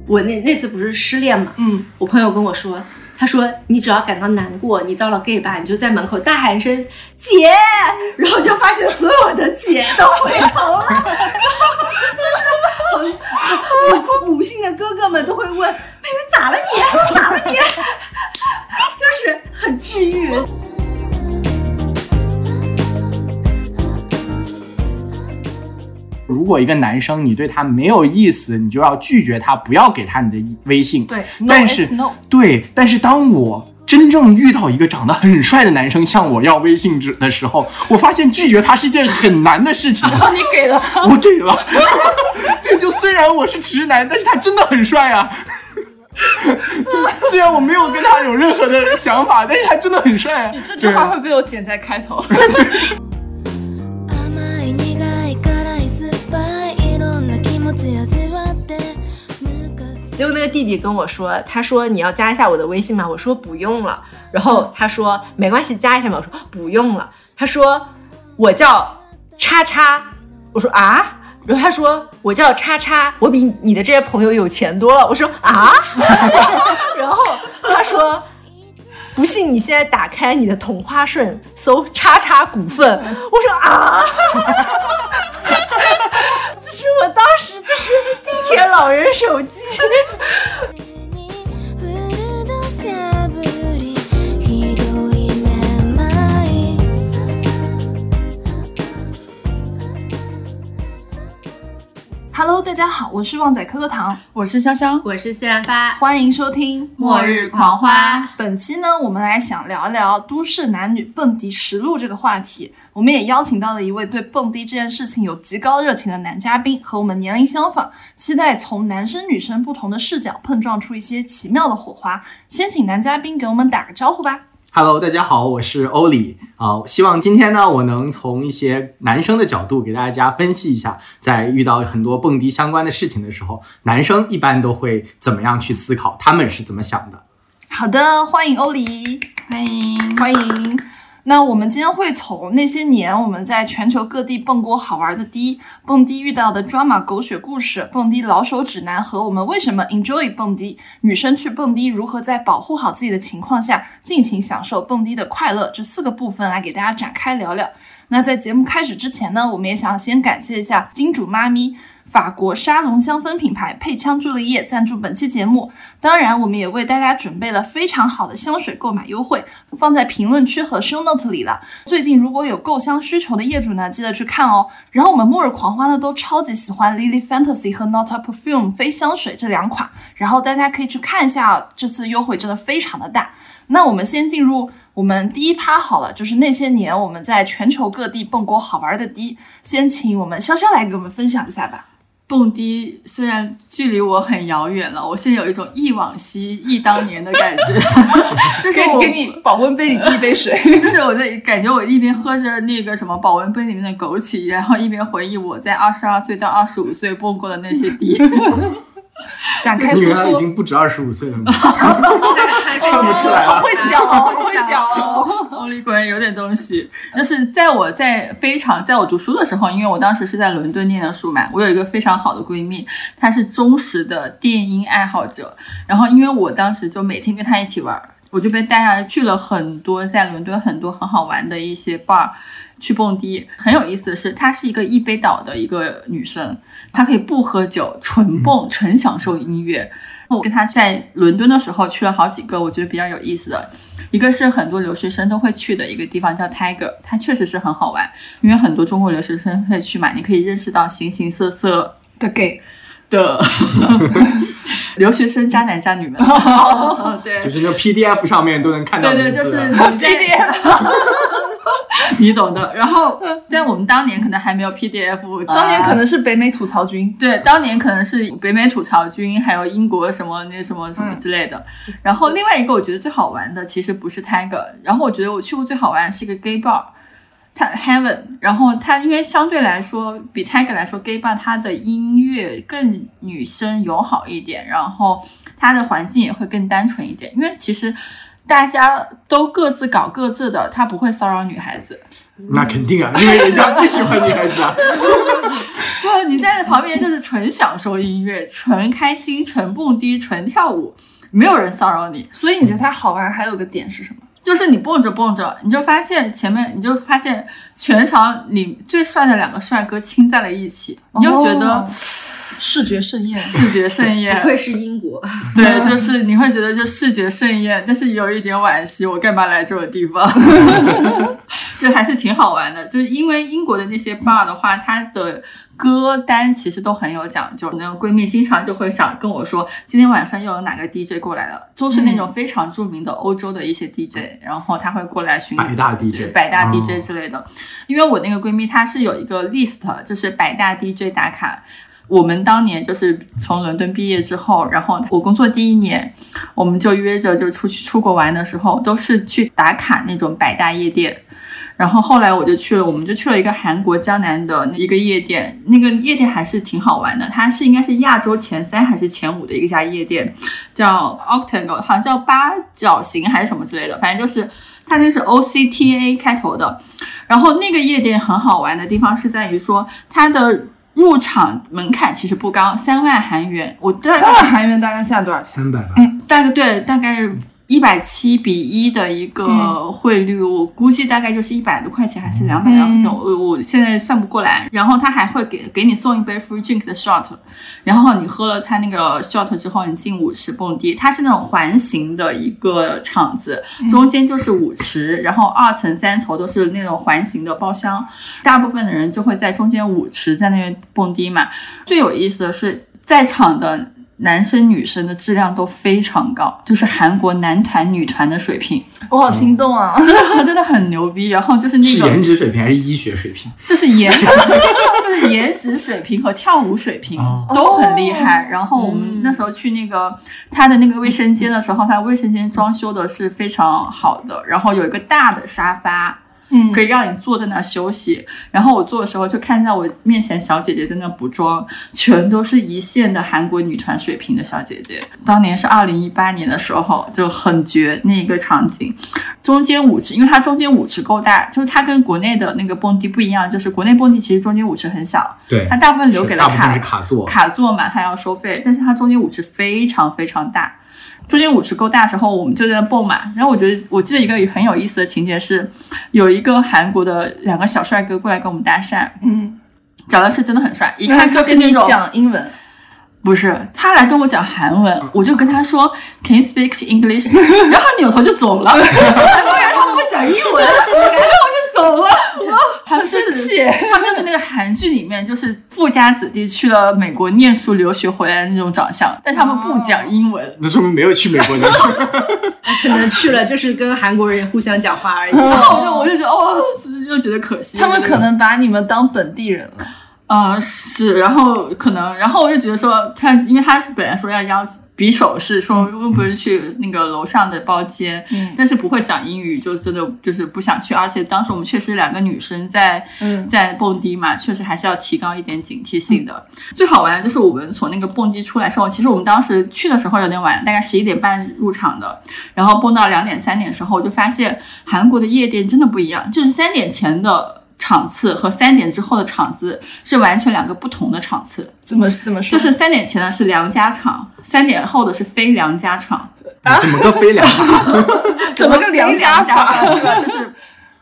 我那次不是失恋嘛，我朋友跟我说，他说你只要感到难过，你到了 gay 吧，你就在门口大喊声姐，然后就发现所有的姐都回头了，然后就是母性的哥哥们都会问妹妹咋了你咋了你，就是很治愈。 如果一个男生你对他没有意思，你就要拒绝他，不要给他你的微信。 对， 但是 no is no。 对，但是当我真正遇到一个长得很帅的男生向我要微信的时候，我发现拒绝他是一件很难的事情。 然后你给了， 我给了。就虽然我是直男，但是他真的很帅啊。虽然我没有跟他有任何的想法，但是他真的很帅啊。 你这句话会被我剪在开头。 结果那个弟弟跟我说，他说你要加一下我的微信吗？我说不用了。然后他说没关系，加一下吗？我说不用了。他说我叫叉叉，我说啊。然后他说我叫叉叉，我比你的这些朋友有钱多了。我说啊。然后他说不信你现在打开你的同花顺搜叉叉股份。我说啊。就是我当时就是地铁老人手机。 Hello， 大家好，我是旺仔可可糖， 我是潇潇， 我是西兰花， 欢迎收听末日狂花。 本期呢，我们来想聊聊都市男女蹦迪实录这个话题。我们也邀请到了一位对蹦迪这件事情有极高热情的男嘉宾，和我们年龄相仿，期待从男生女生不同的视角碰撞出一些奇妙的火花。先请男嘉宾给我们打个招呼吧。 Hello， 大家好，我是欧里希望今天呢，我能从一些男生的角度给大家分析一下，在遇到很多蹦迪相关的事情的时候，男生一般都会怎么样去思考，他们是怎么想的。 好的，欢迎欧里， 欢迎欢迎。那我们今天会从那些年我们在全球各地蹦过好玩的迪，蹦迪遇到的 drama 狗血故事，蹦迪老手指南和我们为什么 enjoy 蹦迪，女生去蹦迪如何在保护好自己的情况下尽情享受蹦迪的快乐，这4个部分来给大家展开聊聊。那在节目开始之前呢，我们也想先感谢一下金主妈咪法国沙龙香氛品牌配枪助力液赞助本期节目。当然我们也为大家准备了非常好的香水购买优惠，放在评论区和 show note 里了。最近如果有购香需求的业主呢，记得去看哦。然后我们末日狂花呢都超级喜欢 Lily Fantasy 和 Not a Perfume 非香水这2款，然后大家可以去看一下这次优惠真的非常的大。那我们先进入我们第一趴好了，就是那些年我们在全球各地蹦过好玩的迪，先请我们潇潇来给我们分享一下吧。 蹦迪虽然距离我很遥远了，我现在有一种忆往昔忆当年的感觉。就是我给你保温杯里递一杯水。 就是我在感觉我一边喝着那个什么保温杯里面的枸杞，然后一边回忆我在22岁到25岁蹦过的那些迪。 展开说说， 已经不止25岁了吗？看不出来了， 会讲哦，会讲哦。 欧里果然有点东西。就是在我读书的时候，因为我当时是在伦敦念的书嘛，我有一个非常好的闺蜜，她是忠实的电音爱好者。然后因为我当时就每天跟她一起玩，我就被带下来去了很多在伦敦很多很好玩的一些 bar 去蹦迪。很有意思的是，她是一个一杯倒的一个女生，她可以不喝酒，纯蹦，纯享受音乐。我跟她在伦敦的时候去了好几个我觉得比较有意思的，一个是很多留学生都会去的一个地方叫 Tiger， 它确实是很好玩，因为很多中国留学生会去嘛，你可以认识到形形色色的 gay 的留学生渣男渣女们。对， 就是那 PDF 上面都能看到。 对，就是 PDF 你懂的。然后在我们当年可能还没有 PDF， 当年可能是北美吐槽君。 对，当年可能是北美吐槽君，还有英国什么那什么什么之类的。然后另外一个我觉得最好玩的其实不是 Tiger， 然后我觉得我去过最好玩的是一个 gay bar， 它 Heaven。 然后它因为相对来说比 Tiger 来说 gay bar 它的音乐更女生友好一点，然后它的环境也会更单纯一点，因为其实大家都各自搞各自的，他不会骚扰女孩子。 那肯定啊，因为人家不喜欢女孩子啊。 就你在旁边就是纯享受音乐，纯开心，纯蹦迪，纯跳舞，没有人骚扰你。 所以你觉得它好玩还有个点是什么？ 就是你蹦着蹦着，你就发现全场里最帅的2个帅哥亲在了一起，你就觉得视觉盛宴， 视觉盛宴， 不愧是英国。 对，就是你会觉得就视觉盛宴，但是有一点惋惜，我干嘛来这种地方？就还是挺好玩的，就是因为英国的那些 bar 的话，它的歌单其实都很有讲究。那个闺蜜经常就会想跟我说，今天晚上又有哪个 DJ 过来了，都是那种非常著名的欧洲的一些 DJ，然后他会过来巡百大 DJ 百大 DJ 之类的。因为我那个闺蜜她是有一个 list， 就是百大 DJ 打卡。我们当年就是从伦敦毕业之后，然后我工作第1年，我们就约着就出国玩的时候，都是去打卡那种百大夜店。然后后来我们就去了一个韩国江南的一个夜店，那个夜店还是挺好玩的，它是应该是亚洲前3还是前5的一家夜店，叫 Octagon， 好像叫八角形还是什么之类的，反正就是它那是 OCTA 开头的。然后那个夜店很好玩的地方是在于说它的入场门槛其实不高，3万韩元。 3万韩元大概现在多少钱 ？300吧。 大概170比1的一个汇率，我估计大概就是100多块钱还是200多块钱，我现在算不过来。然后他还会给你送一杯 free drink 的 shot， 然后你喝了他那个 shot 之后，你进舞池蹦迪。它是那种环形的一个场子，中间就是舞池，然后2层3层都是那种环形的包厢，大部分的人就会在中间舞池在那边蹦迪嘛。最有意思的是，在场的男生女生的质量都非常高，就是韩国男团女团的水平。 我好心动啊！ 真的很牛逼。然后就是那种是颜值水平还是医学水平？ 就是颜值水平和跳舞水平都很厉害。然后我们那时候去那个他的那个卫生间的时候，他卫生间装修的是非常好的，然后有一个大的沙发。可以让你坐在那休息。然后我坐的时候就看到我面前小姐姐在那补妆，全都是一线的韩国女团水平的小姐姐。当年是2018年的时候，就很绝那个场景。中间舞池，因为它中间舞池够大，就是它跟国内的那个蹦迪不一样，就是国内蹦迪其实中间舞池很小， 对， 它大部分留给了大部分是卡座嘛，它要收费，但是它中间舞池非常非常大。中间舞池够大的时候，我们就在那蹦嘛。然后我记得一个很有意思的情节是，有一个韩国的2个小帅哥过来跟我们搭讪，长得是真的很帅，一看就是那种。 讲英文。 不是，他来跟我讲韩文，我就跟他说 Can you speak English？ 然后他扭头就走了，然后他跟我讲英文，然后我就走了。他们就是那个韩剧里面就是富家子弟去了美国念书留学回来的那种长相，但他们不讲英文， 那说明没有去美国念书， 可能去了就是跟韩国人互相讲话而已。 然后我就觉得又觉得可惜， 他们可能把你们当本地人了。 是，然后我就觉得说因为他是本来说要邀比手势，说不是去那个楼上的包间，但是不会讲英语，就真的就是不想去。而且当时我们确实2个女生在蹦迪嘛，确实还是要提高一点警惕性的。最好玩的就是我们从那个蹦迪出来的时候，其实我们当时去的时候有点晚，大概11点半入场的，然后蹦到2点3点的时候，我就发现韩国的夜店真的不一样，就是3点前的场次和3点之后的场次是完全2个不同的场次。 怎么说？ 就是3点前的是良家场，3点后的是非良家场。 怎么个非良法？ 怎么个良家法？ 是吧？就是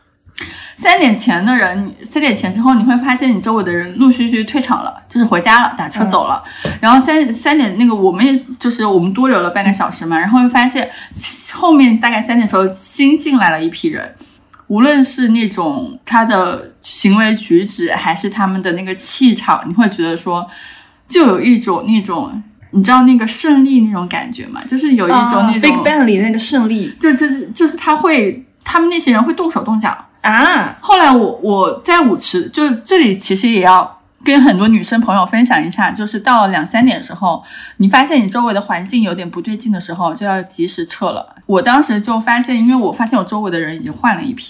3点前的人，3点前之后，你会发现你周围的人陆续退场了，就是回家了，打车走了。然后三点那个我们多留了半个小时嘛，然后又发现后面大概3点的时候新进来了一批人。无论是那种他的行为举止还是他们的那个气场，你会觉得说就有一种那种你知道那个胜利那种感觉吗？就是有一种那种 Big Bang 里那个胜利， 就是他们那些人会动手动脚啊。 后来我在舞池，就这里其实也要跟很多女生朋友分享一下，就是到了2、3点的时候，你发现你周围的环境有点不对劲的时候，就要及时撤了。我当时就发现，因为我发现我周围的人已经换了一批了，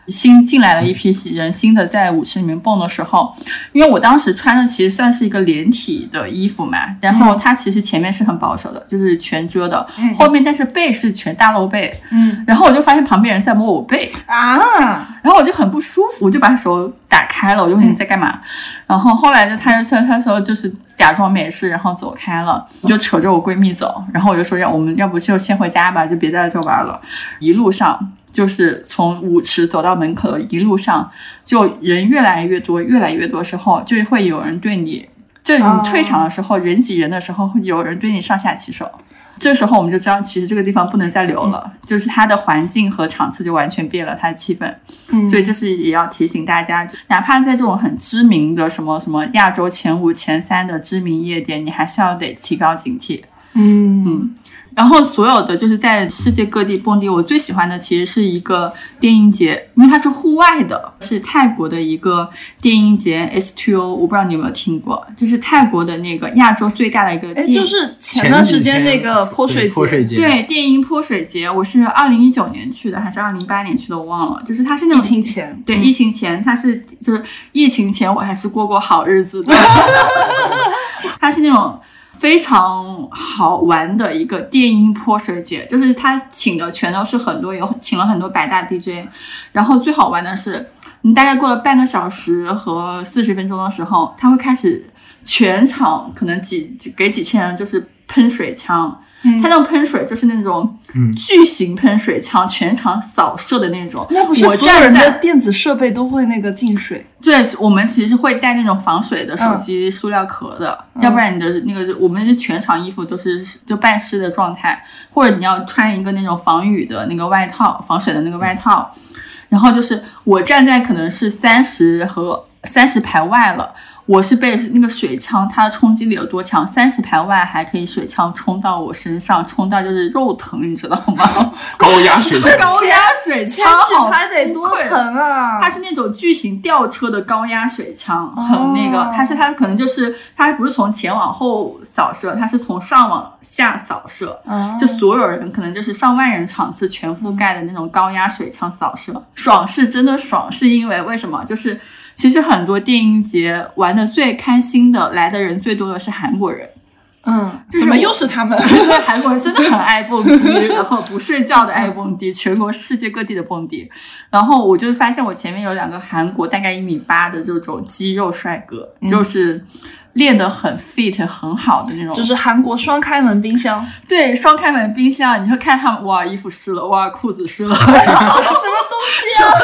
新进来了一批人，新的在舞池里面蹦的时候，因为我当时穿的其实算是一个连体的衣服嘛，然后它其实前面是很保守的，就是全遮的，后面但是背是全大露背，然后我就发现旁边人在摸我背啊， 然后我就很不舒服，我就把手打开了，我就问你在干嘛，然后后来他说就是假装没事，然后走开了，我就扯着我闺蜜走，然后我就说我们要不就先回家吧，就别在这玩了。一路上就是从舞池走到门口的一路上，就人越来越多时候，就会有人对你，就你退场的时候，人挤人的时候，会有人对你上下其手。这时候我们就知道，其实这个地方不能再留了，就是它的环境和场次就完全变了，它的气氛。所以这是也要提醒大家，哪怕在这种很知名的什么亚洲前5、前3的知名夜店，你还是要得提高警惕。然后所有的就是在世界各地蹦迪，我最喜欢的其实是一个电音节，因为它是户外的，是泰国的一个电音节 S2O， 我不知道你有没有听过，就是泰国的那个亚洲最大的一个就是前段时间那个泼水节， 对，电音泼水节，我是2019年去的还是2008年去的我忘了，就是它是那种疫情前， 对，疫情前，它是就是疫情前我还是过好日子的它是那种非常好玩的一个电音泼水节，就是他请的全都是请了很多百大 DJ， 然后最好玩的是你大概过了半个小时和40分钟的时候，他会开始全场可能给几千人就是喷水枪，他那种喷水就是那种巨型喷水枪，全场扫射的那种。 那不是所有人的电子设备都会那个进水？ 对，我们其实会带那种防水的手机塑料壳的，要不然你的那个我们是全场衣服都是就半湿的状态，或者你要穿一个那种防雨的那个外套，防水的那个外套。然后就是我站在可能是30排外了。我是被那个水枪它的冲击力有多强，30排外还可以水枪冲到我身上，冲到就是肉疼，你知道吗？ 高压水枪， 高压水枪好还得多疼啊！ 它是那种巨型吊车的高压水枪，很那个，它可能就是它不是从前往后扫射，它是从上往下扫射，就所有人可能就是上万人场次全覆盖的那种高压水枪扫射，爽是真的爽，是因为什么？就是其实很多电音节玩的最开心的，来的人最多的是韩国人。 就是怎么又是他们？ 韩国人真的很爱蹦迪，然后不睡觉的爱蹦迪，全国世界各地的蹦迪。然后我就发现我前面有2个韩国大概1.8米的这种肌肉帅哥，就是练得很 fit 很好的那种， 就是韩国双开门冰箱。 对，双开门冰箱，你会看他们，哇，衣服湿了，哇，裤子湿了，什么东西啊？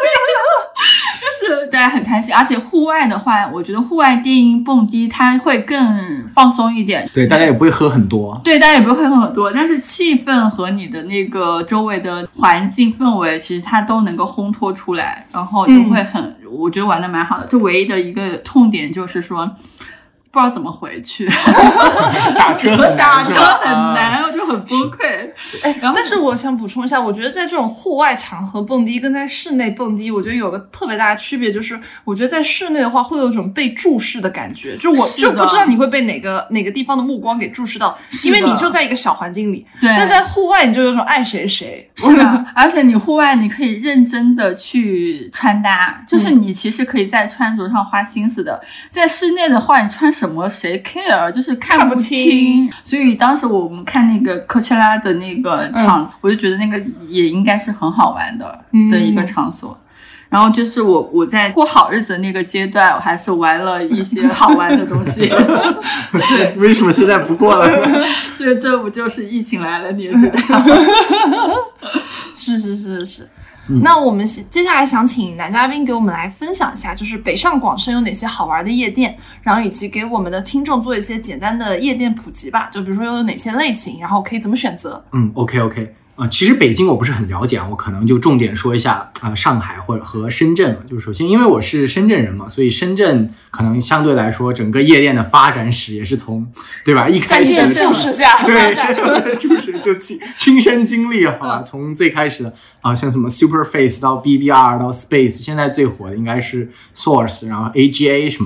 就是大家很开心。而且户外的话，我觉得户外电音蹦迪它会更放松一点， 对，大家也不会喝很多， 对，大家也不会喝很多，但是气氛和你的那个周围的环境氛围其实它都能够烘托出来，然后就会我觉得玩的蛮好的。就唯一的一个痛点就是说不知道怎么回去， 打车很难，我就很崩溃。 但是我想补充一下，我觉得在这种户外场合蹦迪跟在室内蹦迪，我觉得有个特别大的区别，就是我觉得在室内的话会有一种被注视的感觉，就我就不知道你会被哪个地方的目光给注视到，因为你就在一个小环境里。 对， 但在户外你就有种爱谁谁。 是的，而且你户外你可以认真的去穿搭，就是你其实可以在穿着上花心思的。在室内的话，你穿什么谁 care， 就是看不清。所以当时我们看那个科切拉的那个场，我就觉得那个也应该是很好玩的一个场所。然后就是我在过好日子的那个阶段，我还是玩了一些好玩的东西。 对，为什么现在不过了？ 这不就是疫情来了，你也知道。 是。那我们接下来想请男嘉宾给我们来分享一下，就是北上广深有哪些好玩的夜店，然后以及给我们的听众做一些简单的夜店普及吧，就比如说有哪些类型，然后可以怎么选择。 OK。其实北京我不是很了解，我可能就重点说一下上海或者和深圳。就首先因为我是深圳人嘛，所以深圳可能相对来说整个夜店的发展史也是从，对吧，一开始在注视下对，就亲身经历从最开始的像什么 Superface 到 BBR 到 Space， 现在最火的应该是 Source， 然后 AGA 什么的，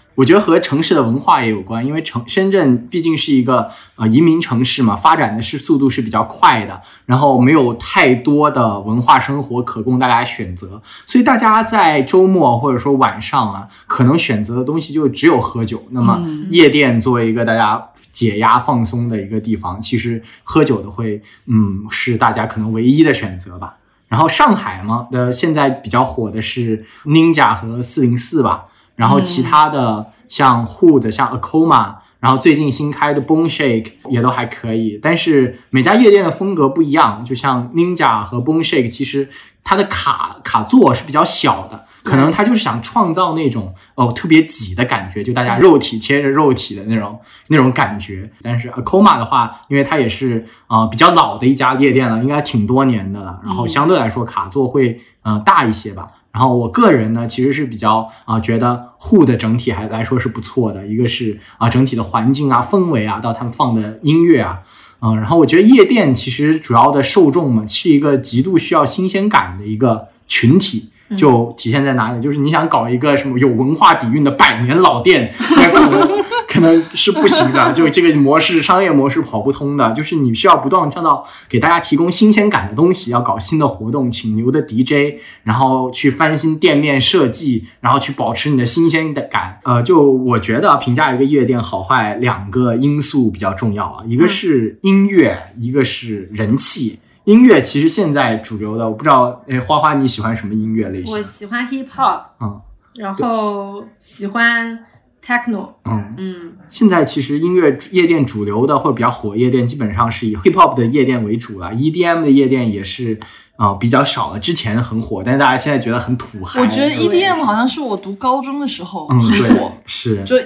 我觉得和城市的文化也有关，因为深圳毕竟是一个移民城市嘛，发展的速度是比较快的，然后没有太多的文化生活可供大家选择，所以大家在周末或者说晚上啊，可能选择的东西就只有喝酒。那么夜店作为一个大家解压放松的一个地方，其实喝酒的会是大家可能唯一的选择吧。然后上海嘛现在比较火的是 Ninja 和404吧，然后其他的像 Hood 像 Akoma， 然后最近新开的 Bone Shake 也都还可以，但是每家夜店的风格不一样，就像 Ninja 和 Bone Shake 其实它的卡座是比较小的，可能它就是想创造那种特别挤的感觉，就大家肉体贴着肉体的那种感觉。但是 Akoma 的话，因为它也是比较老的一家夜店了，应该挺多年的了，然后相对来说卡座会大一些吧。然后我个人呢，其实是比较觉得 Hood 整体还来说是不错的，一个是整体的环境啊、氛围啊，到他们放的音乐啊，然后我觉得夜店其实主要的受众嘛，是一个极度需要新鲜感的一个群体。就体现在哪里？就是你想搞一个什么有文化底蕴的100年老店，可能是不行的。就这个商业模式跑不通的。就是你需要不断创造给大家提供新鲜感的东西，要搞新的活动，请牛的 DJ， 然后去翻新店面设计，然后去保持你的新鲜感。就我觉得评价一个夜店好坏2个因素比较重要啊，一个是音乐，一个是人气。音乐其实现在主流的，我不知道花花你喜欢什么音乐类型？ 我喜欢 hip hop， 然后喜欢 techno， 现在其实音乐夜店主流的或者比较火夜店，基本上是以 hip hop 的夜店为主了 ，EDM 的夜店也是比较少了，之前很火，但是大家现在觉得很土嗨。 我觉得 EDM 好像是我读高中的时候很火， 是就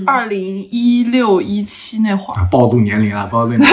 2016、17那会儿。 暴露年龄了，暴露年龄。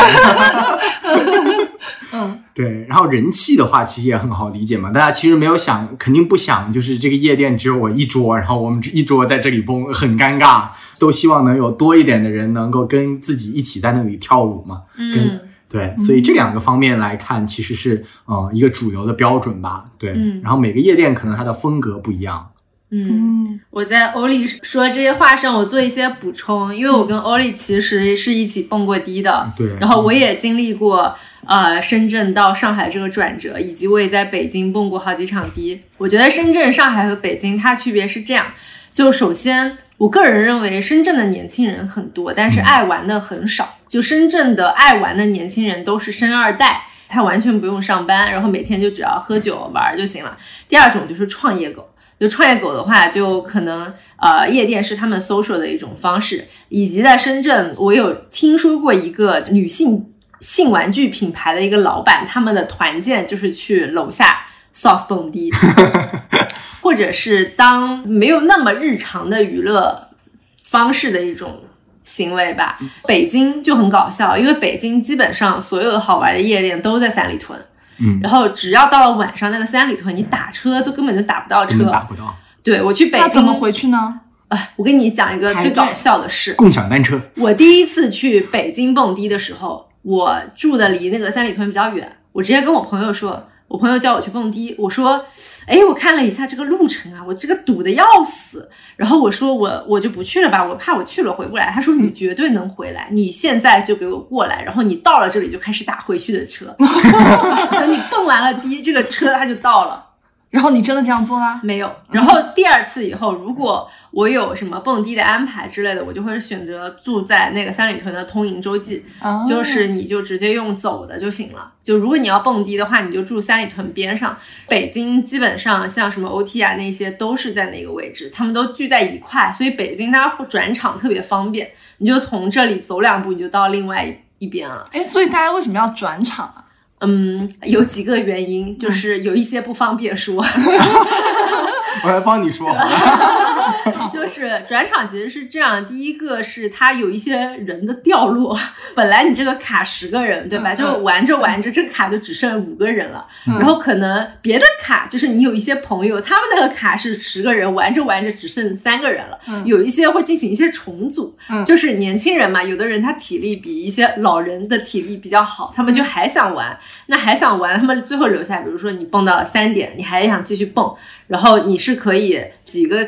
对，然后人气的话其实也很好理解嘛，大家其实没有肯定不想就是这个夜店只有我一桌，然后我们一桌在这里蹦，很尴尬，都希望能有多一点的人能够跟自己一起在那里跳舞嘛。对，所以这2个方面来看，其实是一个主流的标准吧。对，然后每个夜店可能它的风格不一样。 我在欧丽说这些话上，我做一些补充，因为我跟欧丽其实是一起蹦过迪的， 对， 然后我也经历过深圳到上海这个转折，以及我也在北京蹦过好几场迪。我觉得深圳、上海和北京它区别是这样，就首先我个人认为深圳的年轻人很多，但是爱玩的很少，就深圳的爱玩的年轻人都是生2代，他完全不用上班，然后每天就只要喝酒玩就行了。第二种就是创业狗，就创业狗的话，就可能夜店是他们 social 的一种方式，以及在深圳我有听说过一个女性玩具品牌的一个老板，他们的团建就是去楼下 sauce 蹦迪或者是当没有那么日常的娱乐方式的一种行为吧。北京就很搞笑，因为北京基本上所有的好玩的夜店都在三里屯，然后只要到了晚上，那个三里屯你打车都根本就打不到车， 根本打不到。 对，我去北京那怎么回去呢？ 我跟你讲一个最搞笑的事， 共享单车。我第一次去北京蹦迪的时候，我住的离那个三里屯比较远，我直接跟我朋友说，我朋友叫我去蹦迪，我说我看了一下这个路程啊，我这个堵得要死，然后我说我就不去了吧，我怕我去了回不来。他说你绝对能回来，你现在就给我过来，然后你到了这里就开始打回去的车等你蹦完了迪，这个车它就到了。 然后你真的这样做啦？ 没有。然后第2次以后，如果我有什么蹦迪的安排之类的，我就会选择住在那个三里屯的通盈洲际，就是你就直接用走的就行了。就如果你要蹦迪的话，你就住三里屯边上。北京基本上像什么 OT 啊那些都是在那个位置，他们都聚在一块，所以北京它转场特别方便，你就从这里走2步你就到另外一边了。 所以大家为什么要转场啊？ 有几个原因，就是有一些不方便说我来帮你说就是转场其实是这样，第一个是它有一些人的掉落，本来你这个卡10个人对吧，就玩着玩着这个卡就只剩5个人了，然后可能别的卡就是你有一些朋友他们那个卡是10个人，玩着玩着只剩3个人了，有一些会进行一些重组，就是年轻人嘛，有的人他体力比一些老人的体力比较好，他们就还想玩，那还想玩他们最后留下，比如说你蹦到了3点，你还想继续蹦，然后你是可以几个卡一起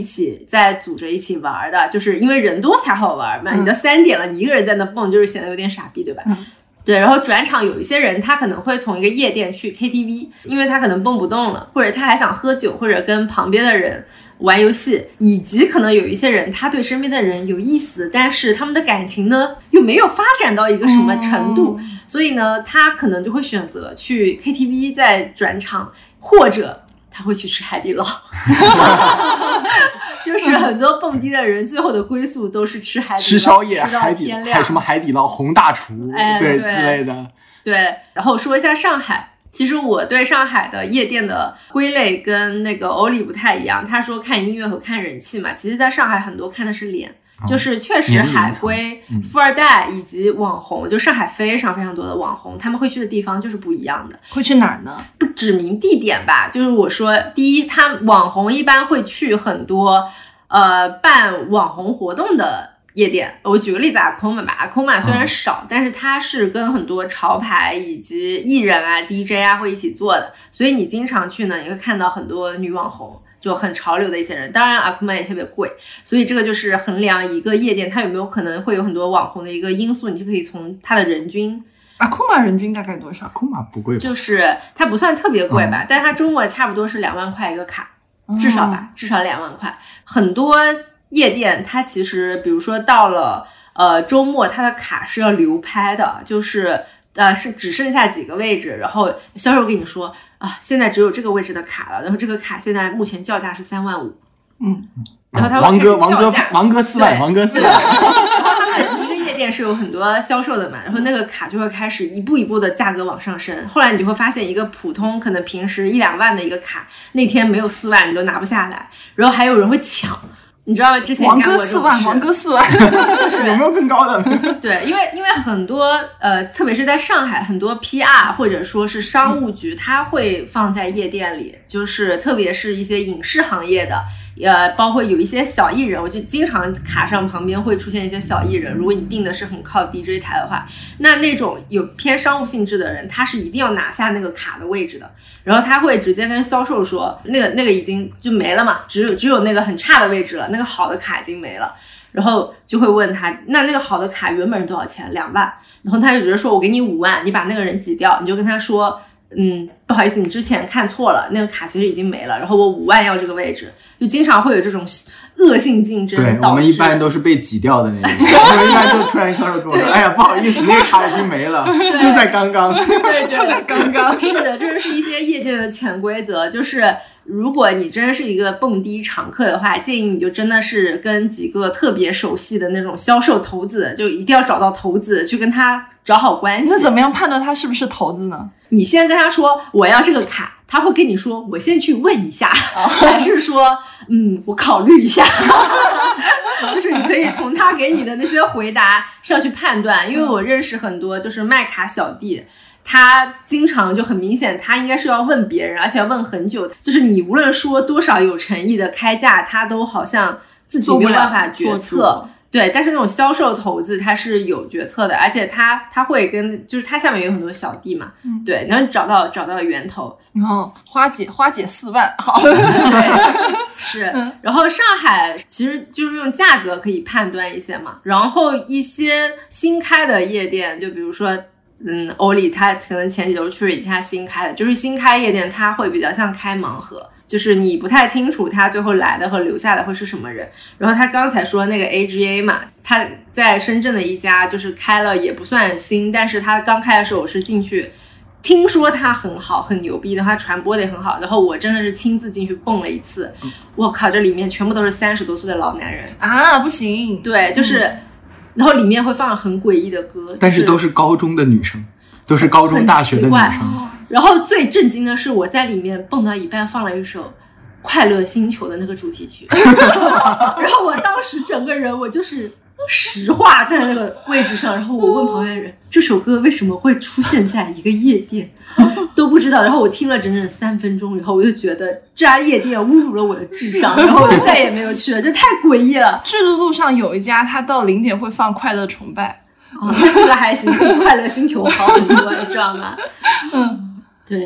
起在组着一起玩的，就是因为人多才好玩嘛。你到3点了，你一个人在那蹦，就是显得有点傻逼，对吧？对，然后转场有一些人他可能会从一个夜店去 KTV， 因为他可能蹦不动了，或者他还想喝酒，或者跟旁边的人玩游戏，以及可能有一些人他对身边的人有意思，但是他们的感情呢又没有发展到一个什么程度，所以呢他可能就会选择去 KTV 再转场，或者他会去吃海底捞就是很多蹦迪的人最后的归宿都是吃海底捞， 吃宵夜， 吃到天亮， 还什么海底捞红大厨，对之类的。 对，然后说一下上海。其实我对上海的夜店的归类跟那个欧里不太一样，他说看音乐和看人气嘛，其实在上海很多看的是脸，就是确实海归、富二代以及网红，就上海非常非常多的网红，他们会去的地方就是不一样的。 会去哪儿呢？ 不指明地点吧，就是我说第一，他网红一般会去很多办网红活动的夜店。我举个例子，阿空嘛吧，阿空嘛虽然少，但是它是跟很多潮牌以及艺人啊 DJ 啊会一起做的，所以你经常去呢也会看到很多女网红，就很潮流的一些人。当然阿库玛也特别贵，所以这个就是衡量一个夜店它有没有可能会有很多网红的一个因素，你就可以从它的人均。 阿库玛人均大概多少？ 阿库玛不贵吧， 就是它不算特别贵吧，但它周末差不多是2万块一个卡，至少吧，至少2万块。很多夜店它其实比如说到了周末，它的卡是要流拍的，就是是只剩下几个位置，然后销售跟你说啊，现在只有这个位置的卡了，然后这个卡现在目前叫价是3万5，然后他王哥4万，王哥4万。 然后一个夜店是有很多销售的嘛，然后那个卡就会开始一步一步的价格往上升，后来你就会发现一个普通可能平时1-2万的一个卡，那天没有4万你都拿不下来，然后还有人会抢。你知道吗？之前王哥4万，王哥4万， 就是有没有更高的？ 对，因为很多特别是在上海，很多 PR 或者说是商务局，它会放在夜店里，就是特别是一些影视行业的。包括有一些小艺人，我就经常卡上旁边会出现一些小艺人，如果你定的是很靠 DJ 台的话，那种有偏商务性质的人，他是一定要拿下那个卡的位置的，然后他会直接跟销售说那个已经就没了嘛，只有那个很差的位置了，那个好的卡已经没了，然后就会问他那个好的卡原本是多少钱？2万，然后他就直接说我给你5万，你把那个人挤掉，你就跟他说不好意思，你之前看错了，那个卡其实已经没了，然后我5万要这个位置，就经常会有这种恶性竞争。 对，我们一般都是被挤掉的那种，我们一般就突然销售跟我说，哎呀，不好意思，那个卡已经没了，就在刚刚。 对，就在刚刚。是的，这是一些夜店的潜规则，就是如果你真的是一个蹦迪常客的话，建议你就真的是跟几个特别熟悉的那种销售头子，就一定要找到头子去跟他找好关系。 那怎么样判断他是不是头子呢？ 你先跟他说我要这个卡，他会跟你说我先去问一下，还是说我考虑一下就是你可以从他给你的那些回答上去判断。因为我认识很多就是卖卡小弟，他经常就很明显他应该是要问别人，而且要问很久，就是你无论说多少有诚意的开价，他都好像自己没有办法决策。对，但是那种销售头子他是有决策的，而且他会跟就是他下面有很多小弟嘛，对，然后找到源头。 花姐4万，好， 是。然后上海其实就是用价格可以判断一些嘛，然后一些新开的夜店，就比如说欧里他可能前几周去了一家新开的，就是新开夜店他会比较像开盲盒，就是你不太清楚他最后来的和留下的会是什么人。然后他刚才说那个 AGA 嘛，他在深圳的一家就是开了也不算新，但是他刚开的时候我是进去，听说他很好很牛逼的，他传播的也很好，然后我真的是亲自进去蹦了一次，我靠，这里面全部都是30多岁的老男人啊，不行。 对，就是然后里面会放很诡异的歌， 但是都是高中的女生，都是高中大学的女生。 然后最震惊的是我在里面蹦到一半放了一首快乐星球的那个主题曲然后我当时整个人我就是石化在那个位置上，然后我问旁边的人这首歌为什么会出现在一个夜店都不知道，然后我听了整整3分钟，然后我就觉得这家夜店侮辱了我的智商，然后我就再也没有去了，这太诡异了。 巨鹿路上有一家他到0点会放快乐崇拜， 这个还行，比快乐星球好很多你知道吗？对。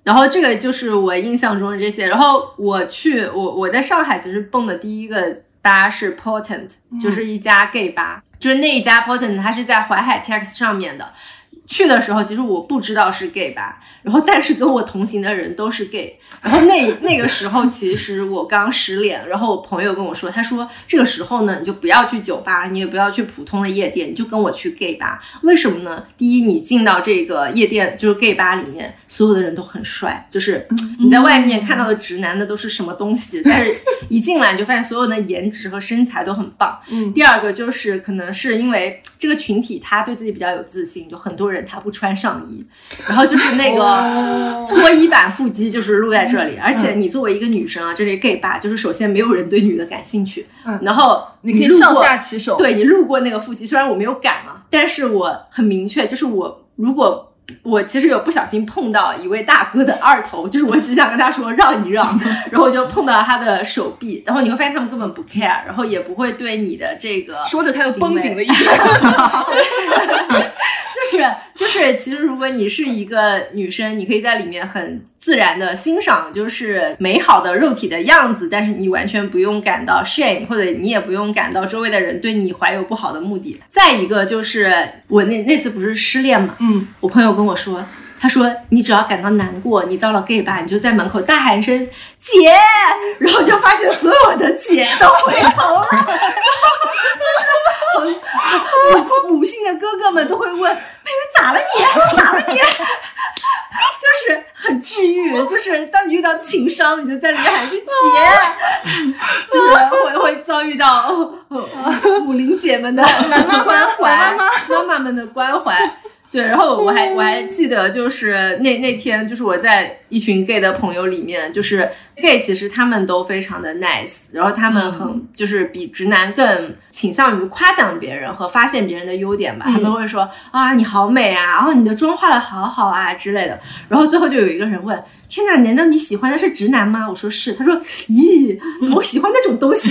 然后这个就是我印象中的这些。然后我在上海其实蹦的第一个吧是 Potent， 就是一家 gay 吧，就是那一家 Potent 它是在淮海 TX 上面的。去的时候其实我不知道是 gay 吧，然后但是跟我同行的人都是 gay， 然后那个时候其实我刚失恋，然后我朋友跟我说，他说这个时候呢你就不要去酒吧，你也不要去普通的夜店，你就跟我去 gay 吧。为什么呢？第一，你进到这个夜店就是 gay 吧里面，所有的人都很帅，就是你在外面看到的直男的都是什么东西，但是一进来你就发现所有的颜值和身材都很棒。第二个就是可能是因为这个群体他对自己比较有自信，就很多人他不穿上衣，然后就是那个搓衣板腹肌就是露在这里，而且你作为一个女生啊，这里 gay 吧就是首先没有人对女的感兴趣，然后你可以上下其手， 对，你路过那个腹肌，虽然我没有赶啊，但是我很明确，就是如果我其实有不小心碰到一位大哥的二头，就是我只想跟他说让一让，然后我就碰到他的手臂，然后你会发现他们根本不 care， 然后也不会对你的这个说着他又绷紧了一点就是其实如果你是一个女生，你可以在里面很自然的欣赏就是美好的肉体的样子，但是你完全不用感到 shame， 或者你也不用感到周围的人对你怀有不好的目的。再一个就是我那次不是失恋嘛，我朋友跟我说，他说你只要感到难过，你到了 gay 吧，你就在门口大喊声姐，然后就发现所有的姐都回头了，然后就是母性的哥哥们都会问妹妹咋了你咋了你，就是很治愈，就是当你遇到情伤，你就在里面喊句姐，就是会遭遇到母灵姐们的关怀，妈妈们的关怀。对，然后我还记得就是那天就是我在一群 gay 的朋友里面，就是 gay 其实他们都非常的 nice， 然后他们很就是比直男更倾向于夸奖别人和发现别人的优点吧，他们会说啊你好美啊，然后你的妆化的好好啊之类的，然后最后就有一个人问，天哪，难道你喜欢的是直男吗？我说是，他说咦怎么会喜欢那种东西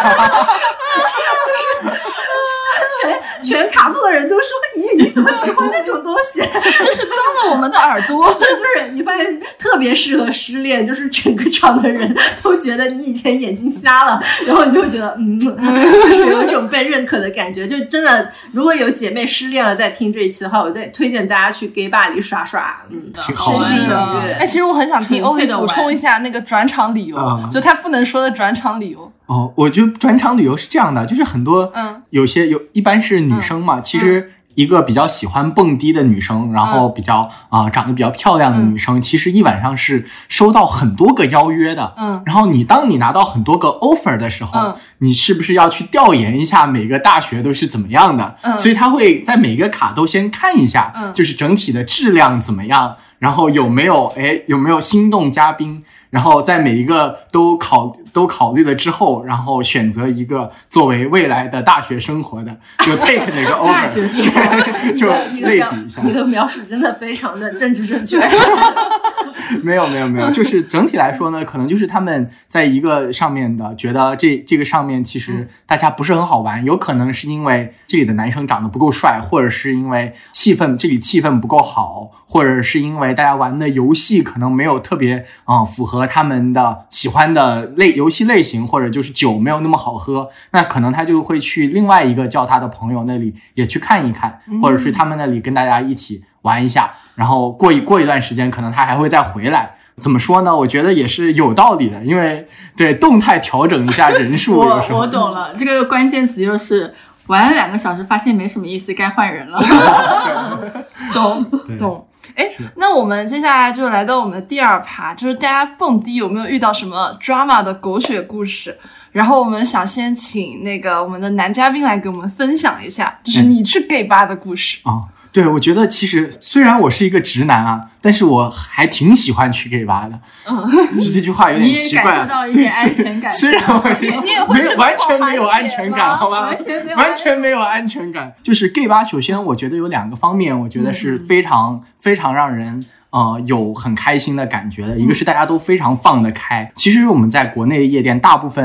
就是全卡座的人都说咦你怎么喜欢那种东西真是脏了我们的耳朵就是你发现特别适合失恋，就是整个场的人都觉得你以前眼睛瞎了，然后你就会觉得就是有一种被认可的感觉。就真的如果有姐妹失恋了在听这一期的话，我推荐大家去 gay 吧里耍耍， 挺好玩的。 哎，其实我很想听欧丽补充一下那个转场理由，就他不能说的转场理由。 我觉得转场旅游是这样的，就是很多一般是女生嘛，其实一个比较喜欢蹦迪的女生，然后比较长得比较漂亮的女生，其实一晚上是收到很多个邀约的。然后当你拿到很多个 offer 的时候，你是不是要去调研一下每个大学都是怎么样的？所以他会在每个卡都先看一下，就是整体的质量怎么样，然后有没有心动嘉宾，然后在每一个都考虑了之后，然后选择一个作为未来的大学生活的，就 take 那个 offer 大学生活就类比一下。 你的描述真的非常的政治正确没有，就是整体来说呢，可能就是他们在一个上面的觉得这个上面其实大家不是很好玩，有可能是因为这里的男生长得不够帅，或者是因为这里气氛不够好，或者是因为大家玩的游戏可能没有特别符合他们的喜欢的游戏类型，或者就是酒没有那么好喝，那可能他就会去另外一个叫他的朋友那里也去看一看，或者是他们那里跟大家一起玩一下，然后过一段时间可能他还会再回来。怎么说呢，我觉得也是有道理的，因为对动态调整一下人数我懂了，这个关键词就是玩了2个小时发现没什么意思，该换人了懂。哎，那我们接下来就来到我们的第2趴，就是大家蹦迪有没有遇到什么 drama 的狗血故事？然后我们想先请那个我们的男嘉宾来给我们分享一下，就是你去 gay 吧的故事。 对，我觉得其实虽然我是一个直男啊，但是我还挺喜欢去 gay 吧的。这句话有点奇怪。 你也感受到一些安全感。 虽然我你也会完全没有安全感，好吗？ 完全没有安全感。就是 gay 吧，首先我觉得有2个方面，我觉得是非常非常让人有很开心的感觉的。一个是大家都非常放得开。其实我们在国内的夜店，大部分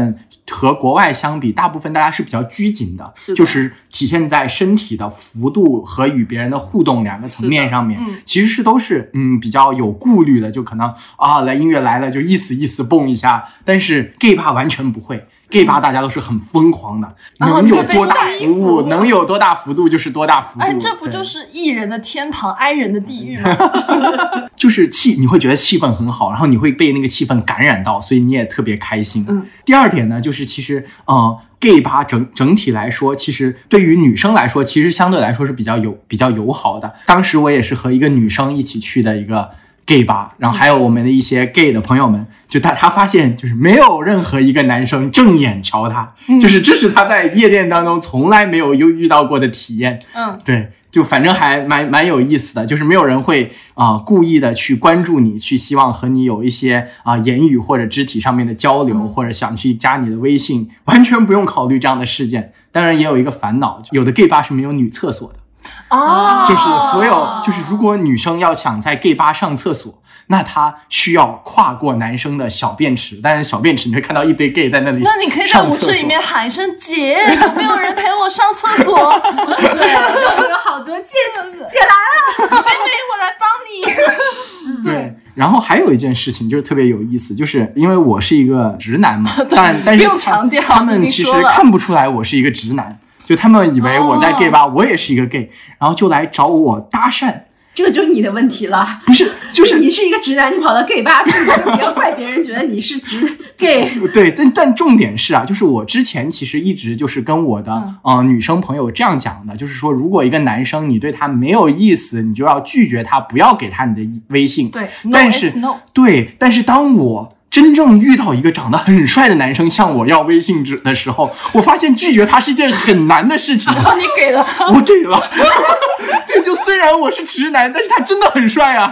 和国外相比，大部分大家是比较拘谨的， 是的就是体现在身体的幅度和与别人的互动两个层面上面，其实都是比较有顾虑的，就可能来音乐来了就意思蹦一下，但是 gay 吧完全不会。gay 吧大家都是很疯狂的，能有多大服务，能有多大幅度就是多大幅度。 这不就是艺人的天堂，I 人的地狱吗？ 就是你会觉得气氛很好，然后你会被那个气氛感染到，所以你也特别开心。第二点呢，就是其实gay 吧整体来说，其实对于女生来说，其实相对来说是比较友好的。当时我也是和一个女生一起去的一个gay 吧，然后还有我们的一些 gay 的朋友们，就他发现就是没有任何一个男生正眼瞧他，就是这是他在夜店当中从来没有遇到过的体验。对，就反正还蛮有意思的，就是没有人会故意的去关注你，去希望和你有一些言语或者肢体上面的交流，或者想去加你的微信，完全不用考虑这样的事件。当然也有一个烦恼，有的 gay 吧是没有女厕所的。就是所有，就是如果女生要想在 gay 吧上厕所，那她需要跨过男生的小便池，但是小便池你会看到一堆 gay 在那里上厕所。 那你可以在舞池里面喊一声姐，有没有人陪我上厕所？ 对，有好多姐来了， 妹妹我来帮你。 对，然后还有一件事情就是特别有意思，就是因为我是一个直男嘛，但是不用强调， 他们其实看不出来我是一个直男。就他们以为我在 gay 吧，我也是一个 gay， 然后就来找我搭讪。 这个就是你的问题了， 不是，就是你是一个直男，你跑到 gay 吧去，不要怪别人觉得你是gay。 对，但重点是就是我之前其实一直就是跟我的女生朋友这样讲的，就是说如果一个男生你对他没有意思，你就要拒绝他，不要给他你的微信。 对， 但是 对，但是当我真正遇到一个长得很帅的男生向我要微信的时候，我发现拒绝他是一件很难的事情。 你给了？ 我给了。对，就虽然我是直男，但是他真的很帅啊。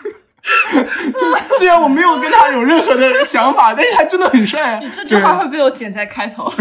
虽然我没有跟他有任何的想法，但是他真的很帅啊。 你这句话会被我剪在开头。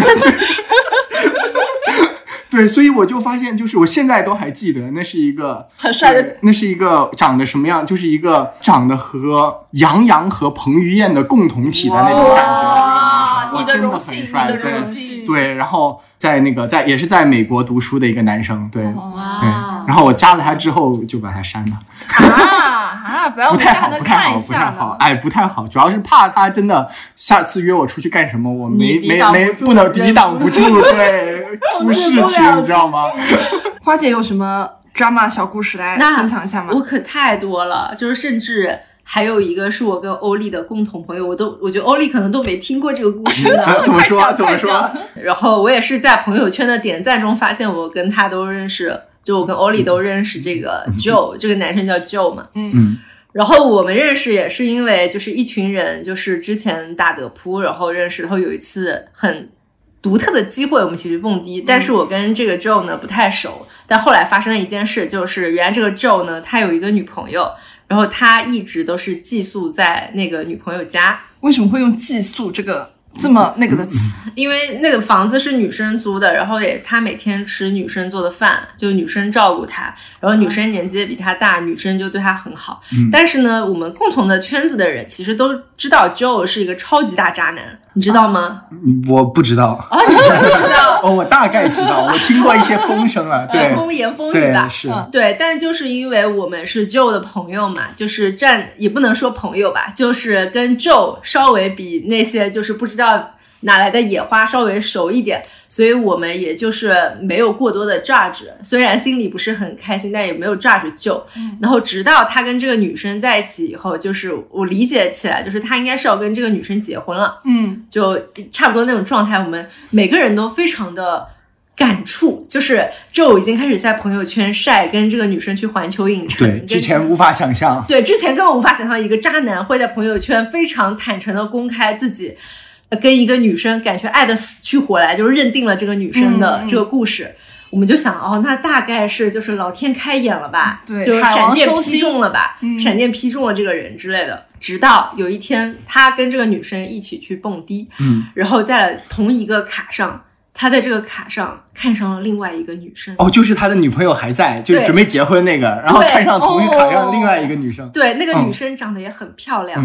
对，所以我就发现，就是我现在都还记得，那是一个很帅的， 那是一个长得什么样，就是一个长得和杨洋和彭于晏的共同体的那种感觉。 你的荣幸， 真的很帅，对，然后也是在美国读书的一个男生，对，然后我加了他之后就把他删了。 不要， 不太好，不太好，主要是怕他真的下次约我出去干什么，我不能抵挡不住，对，出事情，你知道吗？ 花姐有什么 drama 小故事来分享一下吗？ 我可太多了，就是甚至还有一个是我跟欧丽的共同朋友，我觉得欧丽可能都没听过这个故事呢。 怎么说？ 然后我也是在朋友圈的点赞中发现，我跟他都认识，就我跟欧丽都认识这个 Joe， 这个男生叫 Joe 嘛。然后我们认识也是因为就是一群人，就是之前打德扑，然后认识，然后有一次很独特的机会，我们一起去蹦迪。但是我跟这个 Joe 呢不太熟，但后来发生了一件事，就是原来这个 Joe 呢，他有一个女朋友，然后他一直都是寄宿在那个女朋友家。 为什么会用寄宿这个这么那个的词？ 因为那个房子是女生租的，然后他每天吃女生做的饭，就女生照顾他，然后女生年纪也比他大，女生就对他很好。但是呢，我们共同的圈子的人其实都知道 Joe 是一个超级大渣男，你知道吗？ 我不知道。 你不知道？ 我大概知道，我听过一些风声了，对， 风言风语吧， 是， 对。但就是因为我们是 Joe 的朋友嘛，就是也不能说朋友吧，就是跟 Joe 稍微比那些就是不知道哪来的野花稍微熟一点，所以我们也就是没有过多的 judge， 虽然心里不是很开心，但也没有 judge Joe。然后直到他跟这个女生在一起以后，就是我理解起来，就是他应该是要跟这个女生结婚了，就差不多那种状态，我们每个人都非常的感触，就是 Joe 已经开始在朋友圈晒跟这个女生去环球影城， 对，之前无法想象， 对，之前根本无法想象一个渣男会在朋友圈非常坦诚的公开自己跟一个女生感觉爱的死去活来，就是认定了这个女生的这个故事。我们就想那大概是就是老天开眼了吧， 对， 就是闪电劈中了吧，闪电劈中了这个人之类的。直到有一天他跟这个女生一起去蹦迪，然后在同一个卡上，他在这个卡上看上了另外一个女生。 就是他的女朋友还在，就是准备结婚那个，然后看上同一卡上另外一个女生。 对，那个女生长得也很漂亮。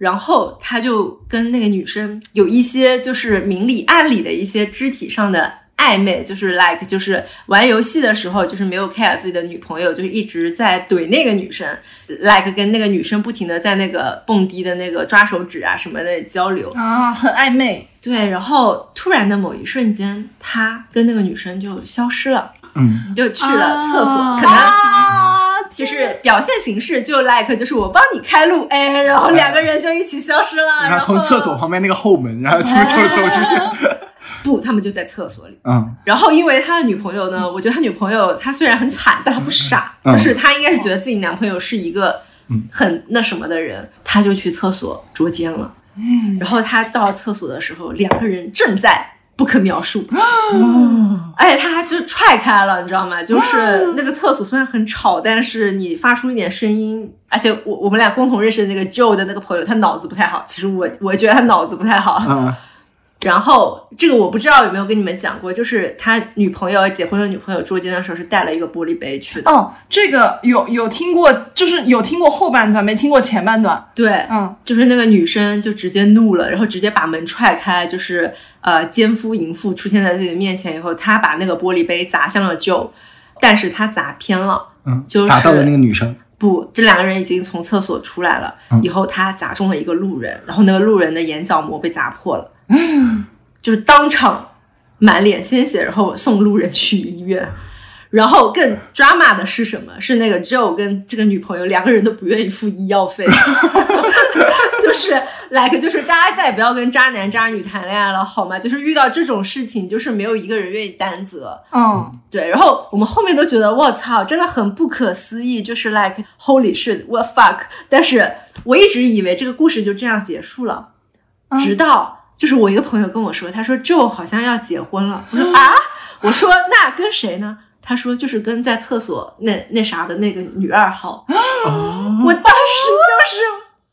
然后他就跟那个女生有一些就是明里暗里的一些肢体上的暧昧，就是 like 就是玩游戏的时候就是没有 care 自己的女朋友，就是一直在怼那个女生 like 跟那个女生不停的在那个蹦迪的那个抓手指啊什么的交流啊，很暧昧。 对，然后突然的某一瞬间他跟那个女生就消失了，就去了厕所，可能就是表现形式就 like 就是我帮你开路，哎，然后两个人就一起消失了， 然后从厕所旁边那个后门，然后从厕所出去。 不，他们就在厕所里。然后因为他的女朋友呢，我觉得他女朋友她虽然很惨，但她不傻，就是她应该是觉得自己男朋友是一个很那什么的人，她就去厕所捉奸了。然后她到厕所的时候，两个人正在不可描述，而且他就踹开了，你知道吗？就是那个厕所虽然很吵，但是你发出一点声音，而且我们俩共同认识的那个 Joe 的那个朋友，他脑子不太好。其实我觉得他脑子不太好。然后这个我不知道有没有跟你们讲过，就是他女朋友结婚的女朋友捉奸的时候是带了一个玻璃杯去的。 这个有听过，就是有听过后半段，没听过前半段。 对，就是那个女生就直接怒了，然后直接把门踹开，就是奸夫淫妇出现在自己的面前以后，他把那个玻璃杯砸向了 Joe， 但是他砸偏了，就是砸到了那个女生。 不，这两个人已经从厕所出来了，以后他砸中了一个路人，然后那个路人的眼角膜被砸破了，就是当场满脸鲜血，然后送路人去医院。然后更 drama 的是什么？是那个 Joe 跟这个女朋友两个人都不愿意付医药费，就是就是大家再也不要跟渣男渣女谈恋爱了，好吗？就是遇到这种事情，就是没有一个人愿意担责。对。然后我们后面都觉得我操，真的很不可思议，就是 like holy shit what fuck。但是我一直以为这个故事就这样结束了，直到就是我一个朋友跟我说，他说 Joe 好像要结婚了。我说啊，我说那跟谁呢？他说就是跟在厕所那啥的那个女2号。我当时就是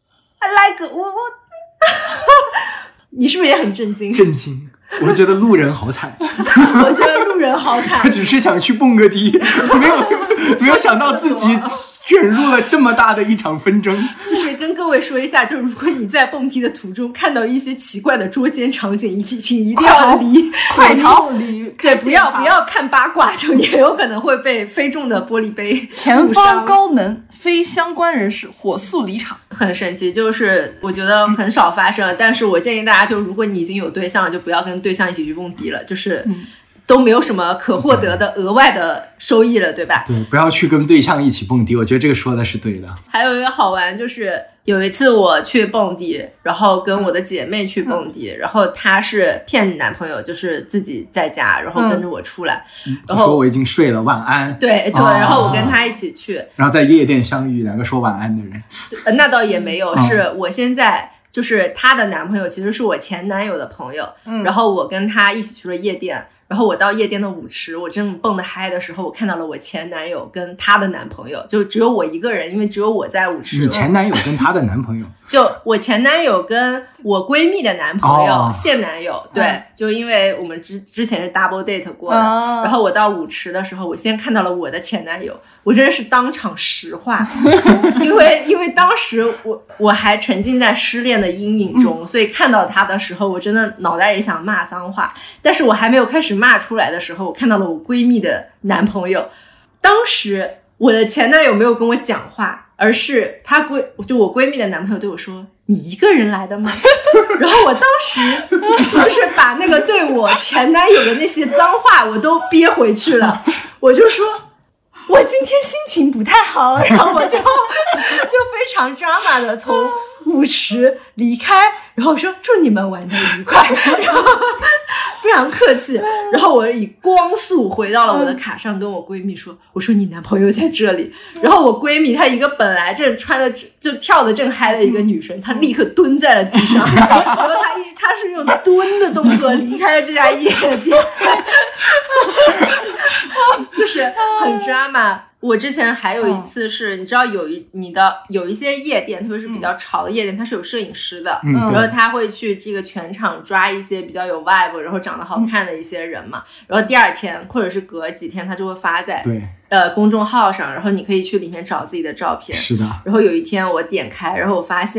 like 我你是不是也很震惊？ 震惊，我觉得路人好惨。 我觉得路人好惨， 他只是想去蹦个迪，没有想到自己卷入了这么大的一场纷争。 就是跟各位说一下，就是如果你在蹦迪的途中看到一些奇怪的捉奸场景，请一定要快逃！ 对，不要看八卦，就也有可能会被非重的玻璃杯前方高能，非相关人士火速离场。 很神奇，就是我觉得很少发生，但是我建议大家，就如果你已经有对象了，就不要跟对象一起去蹦迪了，就是都没有什么可获得的额外的收益了，对吧？ 对，不要去跟对象一起蹦迪，我觉得这个说的是对的。 还有一个好玩，就是有一次我去蹦迪，然后跟我的姐妹去蹦迪，然后她是骗男朋友，就是自己在家，然后跟着我出来，然后说我已经睡了，晚安。 对，然后我跟她一起去， 然后在夜店相遇，两个说晚安的人。 那倒也没有，是我现在就是她的男朋友其实是我前男友的朋友，然后我跟他一起去了夜店。然后我到夜店的舞池，我正蹦得嗨的时候，我看到了我前男友跟他的男朋友，就只有我一个人，因为只有我在舞池。 你前男友跟他的男朋友？ 就我前男友跟我闺蜜的男朋友，现男友，对，就因为我们之前是 double date 过的，然后我到舞池的时候，我先看到了我的前男友，我真的是当场石化，因为当时我还沉浸在失恋的阴影中，所以看到他的时候，我真的脑袋里想骂脏话，但是我还没有开始骂出来的时候，我看到了我闺蜜的男朋友，当时我的前男友没有跟我讲话。而是就我闺蜜的男朋友对我说：“你一个人来的吗？”然后我当时就是把那个对我前男友的那些脏话我都憋回去了，我就说：“我今天心情不太好。”然后我就非常 drama 的从舞池离开，然后说：“祝你们玩得愉快。”然后非常客气，然后我以光速回到了我的卡上，跟我闺蜜说：“我说你男朋友在这里。”然后我闺蜜她一个本来正穿的就跳的正嗨的一个女生，她立刻蹲在了地上，然后她是用蹲的动作离开了这家夜店，就是很 drama。我之前还有一次是，你知道有一些夜店，特别是比较潮的夜店，它是有摄影师的，然后他会去这个全场抓一些比较有 vibe， 然后长得好看的一些人嘛，然后第二天或者是隔几天，他就会发在公众号上，然后你可以去里面找自己的照片。 是的。 然后有一天我点开，然后我发现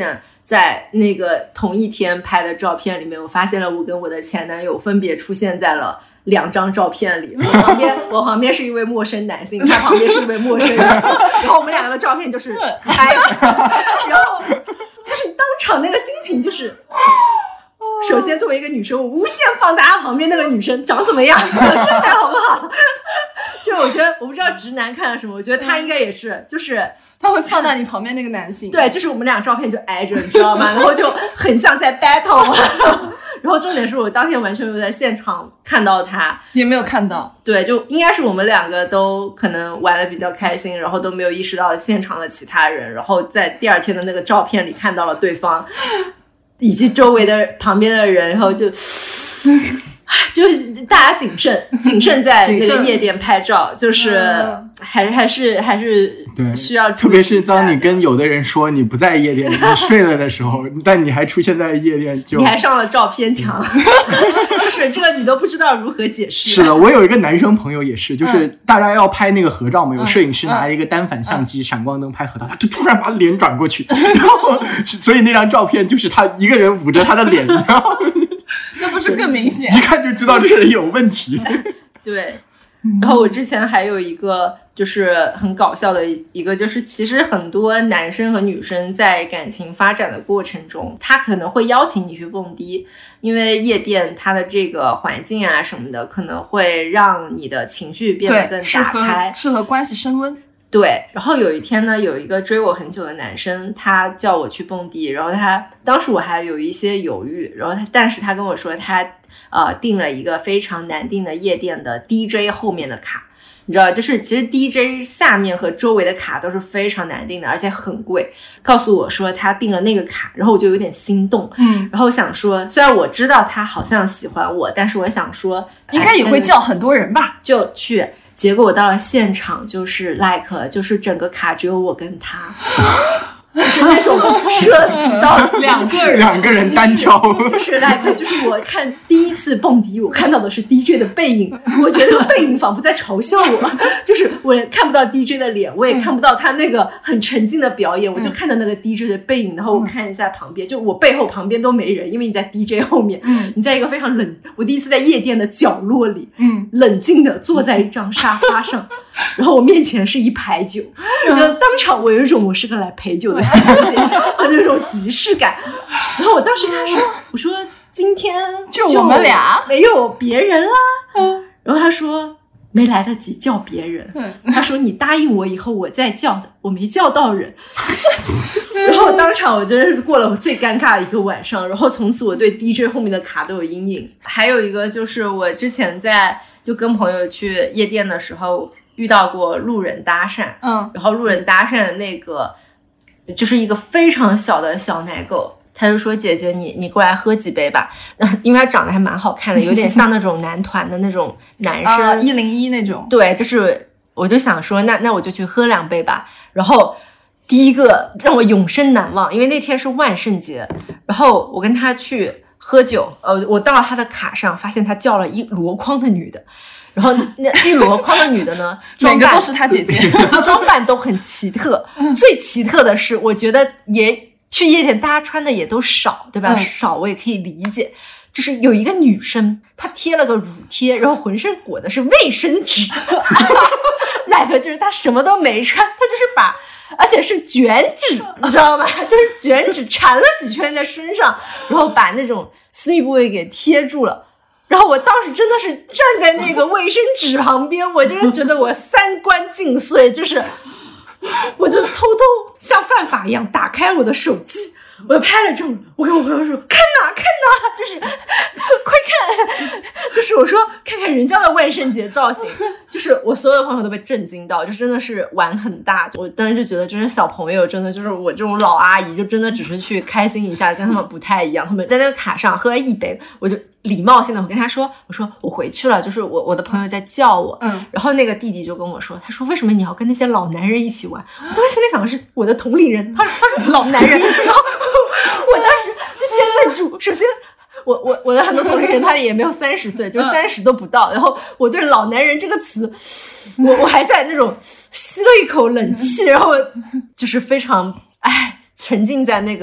在那个同一天拍的照片里面，我发现了我跟我的前男友分别出现在了2张照片里，我旁边是一位陌生男性，他旁边是一位陌生女性，然后我们2个的照片就是拍，然后就是当场那个心情就是。首先，作为一个女生，我无限放大旁边那个女生长怎么样，身材好不好？就我觉得，我不知道直男看了什么，我觉得他应该也是，就是他会放大你旁边那个男性。 对，就是我们俩照片就挨着，你知道吗？然后就很像在 battle。然后重点是我当天完全没有在现场看到他， 也没有看到。 对，就应该是我们2个都可能玩的比较开心，然后都没有意识到现场的其他人，然后在第2天的那个照片里看到了对方。以及周围的旁边的人，然后就是大家谨慎在那个夜店拍照，就是还是对需要， 特别是当你跟有的人说你不在夜店，你睡了的时候，但你还出现在夜店，就你还上了照片墙，就是这个你都不知道如何解释。 是的，我有一个男生朋友也是，就是大家要拍那个合照嘛，有摄影师拿一个单反相机闪光灯拍合照，他就突然把脸转过去，然后所以那张照片就是他一个人捂着他的脸，然后那不是更明显？ 一看就知道这个人有问题。 对，然后我之前还有一个就是很搞笑的一个，就是其实很多男生和女生在感情发展的过程中，他可能会邀请你去蹦迪，因为夜店它的这个环境啊什么的，可能会让你的情绪变得更打开， 适合关系升温。 对，然后有一天呢，有一个追我很久的男生，他叫我去蹦迪，然后当时我还有一些犹豫，然后但是他跟我说他订了一个非常难订的夜店的 DJ 后面的卡，你知道，就是其实 DJ 下面和周围的卡都是非常难订的，而且很贵。告诉我说他订了那个卡，然后我就有点心动，然后想说，虽然我知道他好像喜欢我，但是我想说， 应该也会叫很多人吧， 就去。结果我到了现场，就是就是整个卡只有我跟他，就是那种社死到两个人单挑， 就是就是我看第一次蹦迪，我看到的是 DJ 的背影，我觉得背影仿佛在嘲笑我，就是我看不到 DJ 的脸，我也看不到他那个很沉静的表演，我就看到那个 DJ 的背影，然后我看一下旁边，就我背后旁边都没人，因为你在 DJ 后面，你在一个非常冷，我第一次在夜店的角落里，冷静的坐在一张沙发上，然后我面前是一排酒，然后当场我有一种我是个来陪酒的小姐和那种即视感，然后我当时跟他说，我说今天就我们俩没有别人啦，然后他说没来得及叫别人，他说你答应我以后我再叫的，我没叫到人。然后当场我真的是过了最尴尬的一个晚上，然后从此我对 DJ 后面的卡都有阴影。还有一个就是我之前就跟朋友去夜店的时候遇到过路人搭讪，然后路人搭讪的那个就是一个非常小的小奶狗，他就说姐姐你过来喝几杯吧，因为他长得还蛮好看的，有点像那种男团的那种男生 101那种。 对，就是我就想说那我就去喝2杯吧。然后第一个让我永生难忘，因为那天是万圣节，然后我跟他去喝酒，我到了他的卡上发现他叫了一箩筐的女的，然后那一箩筐的女的呢， 每个都是他姐姐， 装扮都很奇特。最奇特的是，我觉得去夜店大家穿的也都少，对吧？少我也可以理解。就是有一个女生，她贴了个乳贴，然后浑身裹的是卫生纸，就是她什么都没穿，她就是而且是卷纸，你知道吗？就是卷纸缠了几圈在身上，然后把那种私密部位给贴住了。然后我当时真的是站在那个卫生纸旁边，我真的觉得我三观尽碎，就是我就偷偷像犯法一样打开我的手机，我就拍了照，我跟我朋友说看哪，就是快看，就是我说看看人家的万圣节造型，就是我所有的朋友都被震惊到，就真的是玩很大。我当时就觉得真是小朋友，真的就是我这种老阿姨就真的只是去开心一下，跟他们不太一样。他们在那个卡上喝了1杯，我就礼貌性的我跟他说，我说我回去了，就是我的朋友在叫我，然后那个弟弟就跟我说，他说为什么你要跟那些老男人一起玩？我当时心里想的是我的同龄人，他说老男人，然后我当时就先愣住。首先我的很多同龄人他也没有30岁，就30都不到，然后我对老男人这个词我还在那种吸了一口冷气，然后就是非常沉浸在那个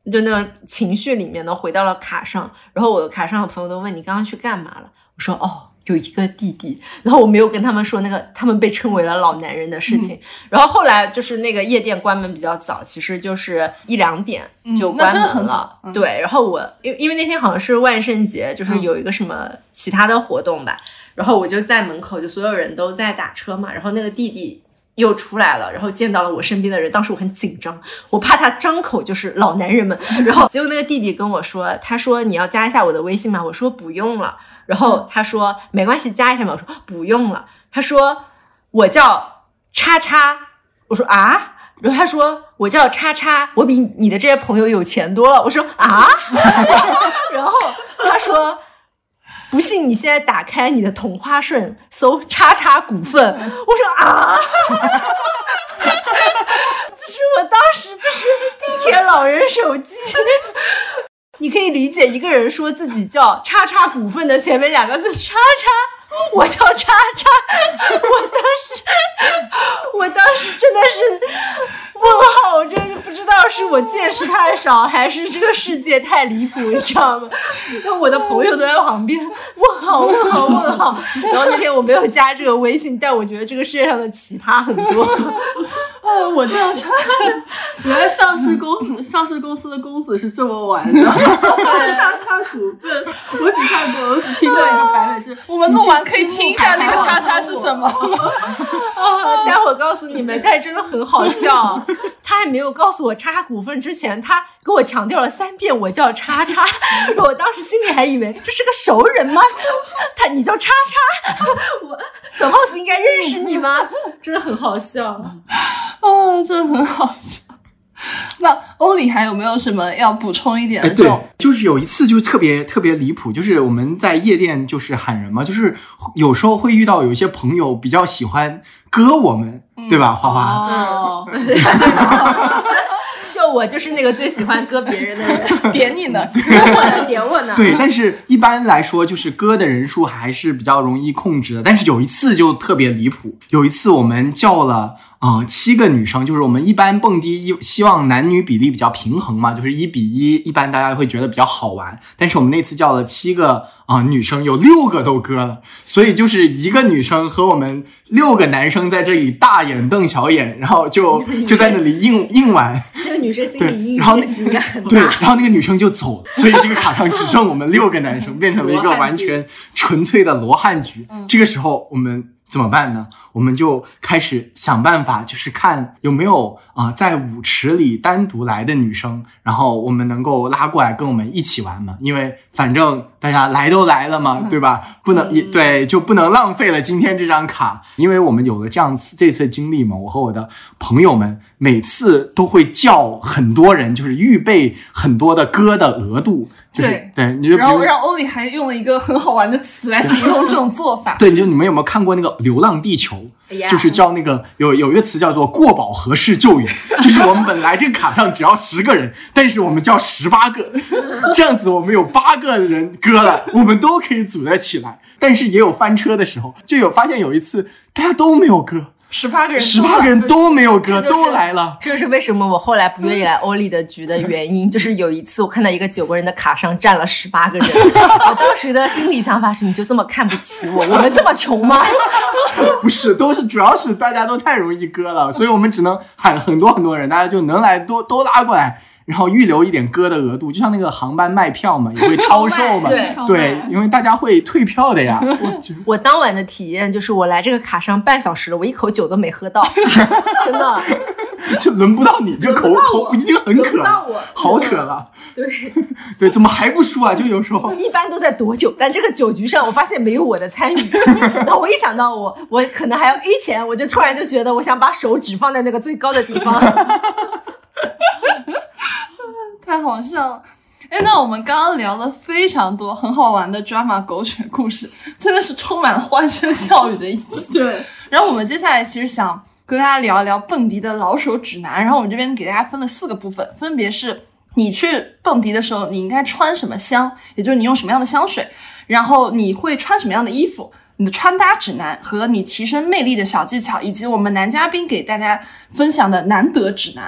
就那种情绪里面呢，回到了卡上。然后我的卡上的朋友都问你刚刚去干嘛了，我说有一个弟弟，然后我没有跟他们说那个他们被称为了老男人的事情。然后后来就是那个夜店关门比较早，其实就是1-2点就关门了， 那真的很早。 对，然后我因为那天好像是万圣节，就是有一个什么其他的活动吧，然后我就在门口，就所有人都在打车嘛，然后那个弟弟又出来了，然后见到了我身边的人，当时我很紧张，我怕他张口就是老男人们，然后结果那个弟弟跟我说，他说你要加一下我的微信吗？我说不用了，然后他说没关系，加一下嘛，我说不用了，他说我叫叉叉，我说啊，然后他说我叫叉叉，我比你的这些朋友有钱多了，我说啊，然后他说不信你现在打开你的同花顺搜叉叉股份，我说啊，就是我当时就是地铁老人手机，你可以理解一个人说自己叫叉叉股份的前面2个字叉叉，我叫叉叉，我当时真的是问号，我真是不知道是我见识太少，还是这个世界太离谱，你知道吗？然后我的朋友都在旁边问号。然后那天我没有加这个微信，但我觉得这个世界上的奇葩很多。 我这样穿，原来上市公司的公子是这么玩的。叉叉股份，我只看过，我只听到一个版本是， 我们录完可以听一下那个叉叉是什么。 待会儿告诉你们，但是真的很好笑。他还没有告诉我叉叉股份之前，他跟我强调了3遍我叫叉叉，我当时心里还以为这是个熟人吗？你叫叉叉，我suppose应该认识你吗？真的很好笑。 真的很好笑。那欧里还有没有什么要补充一点的这种？ 对，就是有一次就特别离谱，就是我们在夜店就是喊人嘛，就是有时候会遇到有一些朋友比较喜欢割我们，对吧？花花。 就我就是那个最喜欢割别人的人， 点你呢， 点我呢。 对，但是一般来说，就是割的人数还是比较容易控制的。但是有一次就特别离谱，有一次我们叫了7个女生，就是我们一般蹦迪希望男女比例比较平衡嘛，就是1比1，一般大家会觉得比较好玩。但是我们那次叫了7个女生，有6个都割了，所以就是一个女生和我们6个男生在这里大眼瞪小眼，然后就在那里硬玩。 那个女生心里然后应该很大。 对，然后那个女生就走了，所以这个卡上只剩我们6个男生，变成了一个完全纯粹的罗汉局。这个时候我们怎么办呢？我们就开始想办法，就是看有没有在舞池里单独来的女生，然后我们能够拉过来跟我们一起玩嘛，因为反正大家来都来了嘛，对吧？不能对，就不能浪费了今天这张卡。因为我们有了这次经历嘛，我和我的朋友们每次都会叫很多人，就是预备很多的歌的额度，就是对，你就然后让欧里还用了一个很好玩的词来形容这种做法。 对，你们有没有看过那个《流浪地球》？就是叫那个有一个词叫做过饱和式救援，就是我们本来这个卡上只要10个人，但是我们叫18个，这样子我们有8个人割了，我们都可以组得起来。但是也有翻车的时候，就发现有一次大家都没有割。18个人都没有割，都来了。 这就是为什么我后来不愿意来欧丽的局的原因。就是有一次我看到一个9个人的卡上站了18个人，我当时的心理想法是：你就这么看不起我？我们这么穷吗？ 不是，主要是大家都太容易割了，所以我们只能喊很多人，大家就能来都拉过来。然后预留一点歌的额度，就像那个航班卖票嘛，也会超售嘛。对，因为大家会退票的呀。 我当晚的体验就是，我来这个卡上半小时了，我一口酒都没喝到，真的。 就轮不到你，就口已经很渴了，好渴了。对，怎么还不输啊？就有时候一般都在躲酒，但这个酒局上我发现没有我的参与。然后我一想到我可能还要 A 钱，我就突然就觉得我想把手指放在那个最高的地方。 太好笑了。那我们刚刚聊了非常多很好玩的 drama 狗血故事，真的是充满欢声笑语的一期。 对。 然后我们接下来其实想跟大家聊一聊蹦迪的老手指南，然后我们这边给大家分了4个部分，分别是你去蹦迪的时候你应该穿什么香，也就是你用什么样的香水，然后你会穿什么样的衣服，你的穿搭指南和你提升魅力的小技巧，以及我们男嘉宾给大家分享的难得指南。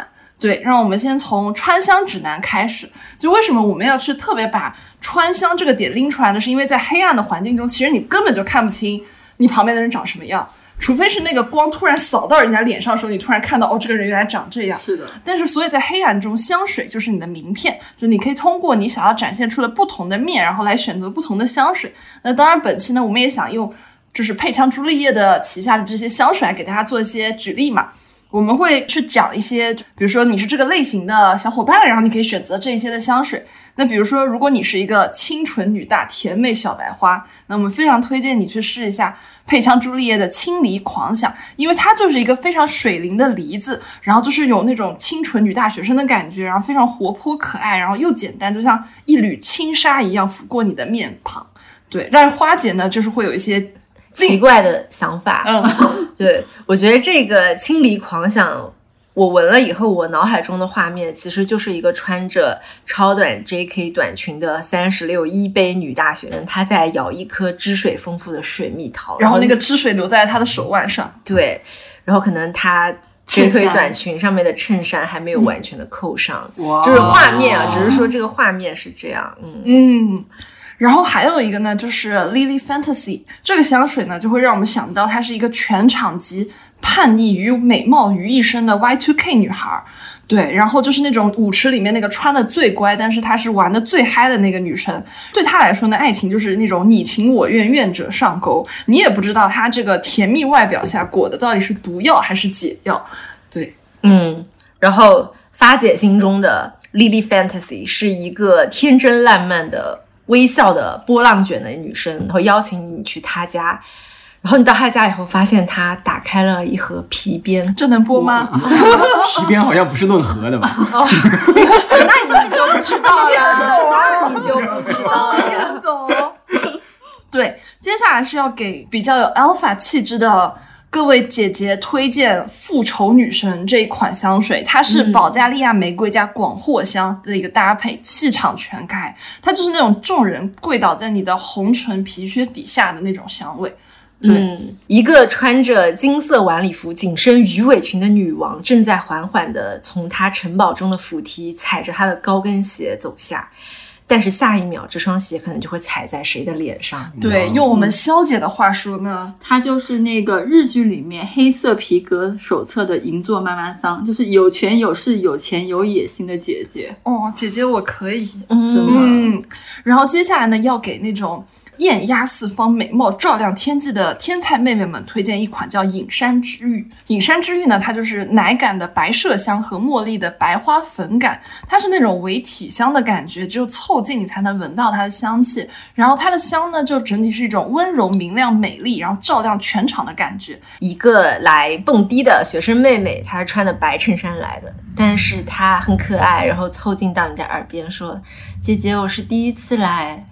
对，让我们先从川香指南开始。就为什么我们要去特别把川香这个点拎出来呢？是因为在黑暗的环境中，其实你根本就看不清你旁边的人长什么样，除非是那个光突然扫到人家脸上的时候，你突然看到哦，这个人原来长这样。 是的。 但是所以在黑暗中，香水就是你的名片，就你可以通过你想要展现出的不同的面，然后来选择不同的香水。那当然本期呢，我们也想用就是配香朱丽叶的旗下的这些香水来给大家做一些举例嘛。我们会去讲一些，比如说你是这个类型的小伙伴，然后你可以选择这一些的香水。那比如说如果你是一个清纯女大甜美小白花，那我们非常推荐你去试一下配香朱丽叶的青梨狂想，因为它就是一个非常水灵的梨子，然后就是有那种清纯女大学生的感觉，然后非常活泼可爱，然后又简单，就像一缕轻纱一样拂过你的面庞。对，让花姐呢就是会有一些奇怪的想法。对，我觉得这个青梨狂想我闻了以后，我脑海中的画面其实就是一个穿着超短 JK 短裙的36一杯女大学生，她在咬一颗汁水丰富的水蜜桃， 然后那个汁水流在她的手腕上。 对，然后可能她JK 短裙上面的衬衫还没有完全的扣上，就是画面啊，只是说这个画面是这样。 然后还有一个呢，就是 Lily Fantasy 这个香水呢，就会让我们想到她是一个全场集叛逆与美貌于一身的 Y2K 女孩。对，然后就是那种舞池里面那个穿的最乖，但是她是玩的最嗨的那个女生。对她来说呢，爱情就是那种你情我愿，愿者上钩，你也不知道她这个甜蜜外表下裹的到底是毒药还是解药。对， 然后发姐心中的 Lily Fantasy 是一个天真烂漫的微笑的波浪卷的女生，然后邀请你去她家，然后你到她家以后发现她打开了一盒皮鞭。 这能播吗？ 皮鞭好像不是论合的吧？ 那你就不知道了，你就不知道了。 懂。对，接下来是要给比较有 alpha 气质的各位姐姐推荐复仇女神这一款香水，它是保加利亚玫瑰加广藿香的一个搭配，气场全开，它就是那种众人跪倒在你的红唇皮靴底下的那种香味。对， 一个穿着金色晚礼服紧身鱼尾裙的女王正在缓缓地从她城堡中的扶梯踩着她的高跟鞋走下，但是下一秒这双鞋可能就会踩在谁的脸上。 对，用我们肖姐的话说呢， 她就是那个日剧里面黑色皮革手册的银座妈妈桑，就是有权有势有钱有野心的姐姐。 姐姐我可以。 真的。 然后接下来呢，要给那种艳压四方、美貌照亮天际的天才妹妹们推荐一款叫隐山之玉。隐山之玉呢，它就是奶感的白麝香和茉莉的白花粉感，它是那种伪体香的感觉，只有凑近你才能闻到它的香气。然后它的香呢，就整体是一种温柔明亮美丽，然后照亮全场的感觉。 一个来蹦迪的学生妹妹，她是穿的白衬衫来的，但是她很可爱，然后凑近到你的耳边说：姐姐，我是第一次来。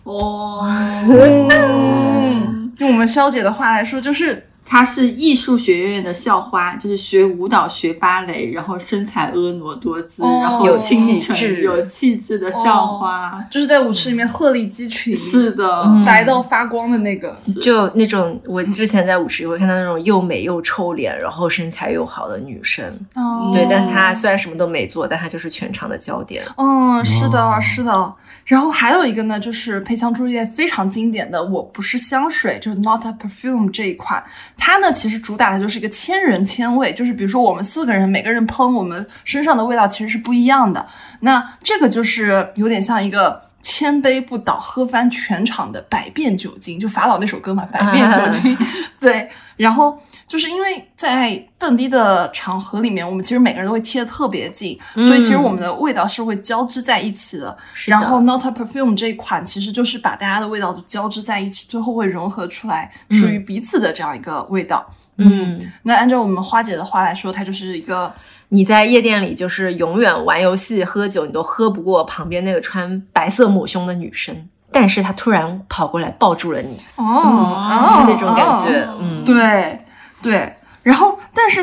用我们肖姐的话来说，就是她是艺术学院的校花，就是学舞蹈学芭蕾，然后身材婀娜多姿，然后清纯有气质的校花， 就是在舞池里面鹤立鸡群。 是的， 白到发光的那个， 就那种我之前在舞池里会看到那种又美又臭脸，然后身材又好的女生。对，但她虽然什么都没做，但她就是全场的焦点。 是的，是的。然后还有一个呢，就是配香朱丽叶非常经典的我不是香水，就是 Not a Perfume 这一款，它呢其实主打的就是一个千人千味，就是比如说我们4个人每个人喷我们身上的味道其实是不一样的，那这个就是有点像一个千杯不倒喝翻全场的百变酒精，就法老那首歌嘛，百变酒精。对，然后就是因为在蹦迪的场合里面，我们其实每个人都会贴得特别近，所以其实我们的味道是会交织在一起的。然后 Not a Perfume 这一款其实就是把大家的味道都交织在一起，最后会融合出来属于彼此的这样一个味道。那按照我们花姐的话来说，它就是一个你在夜店里就是永远玩游戏喝酒，你都喝不过旁边那个穿白色抹胸的女生，但是她突然跑过来抱住了你，是那种感觉。 对。然后但是呢，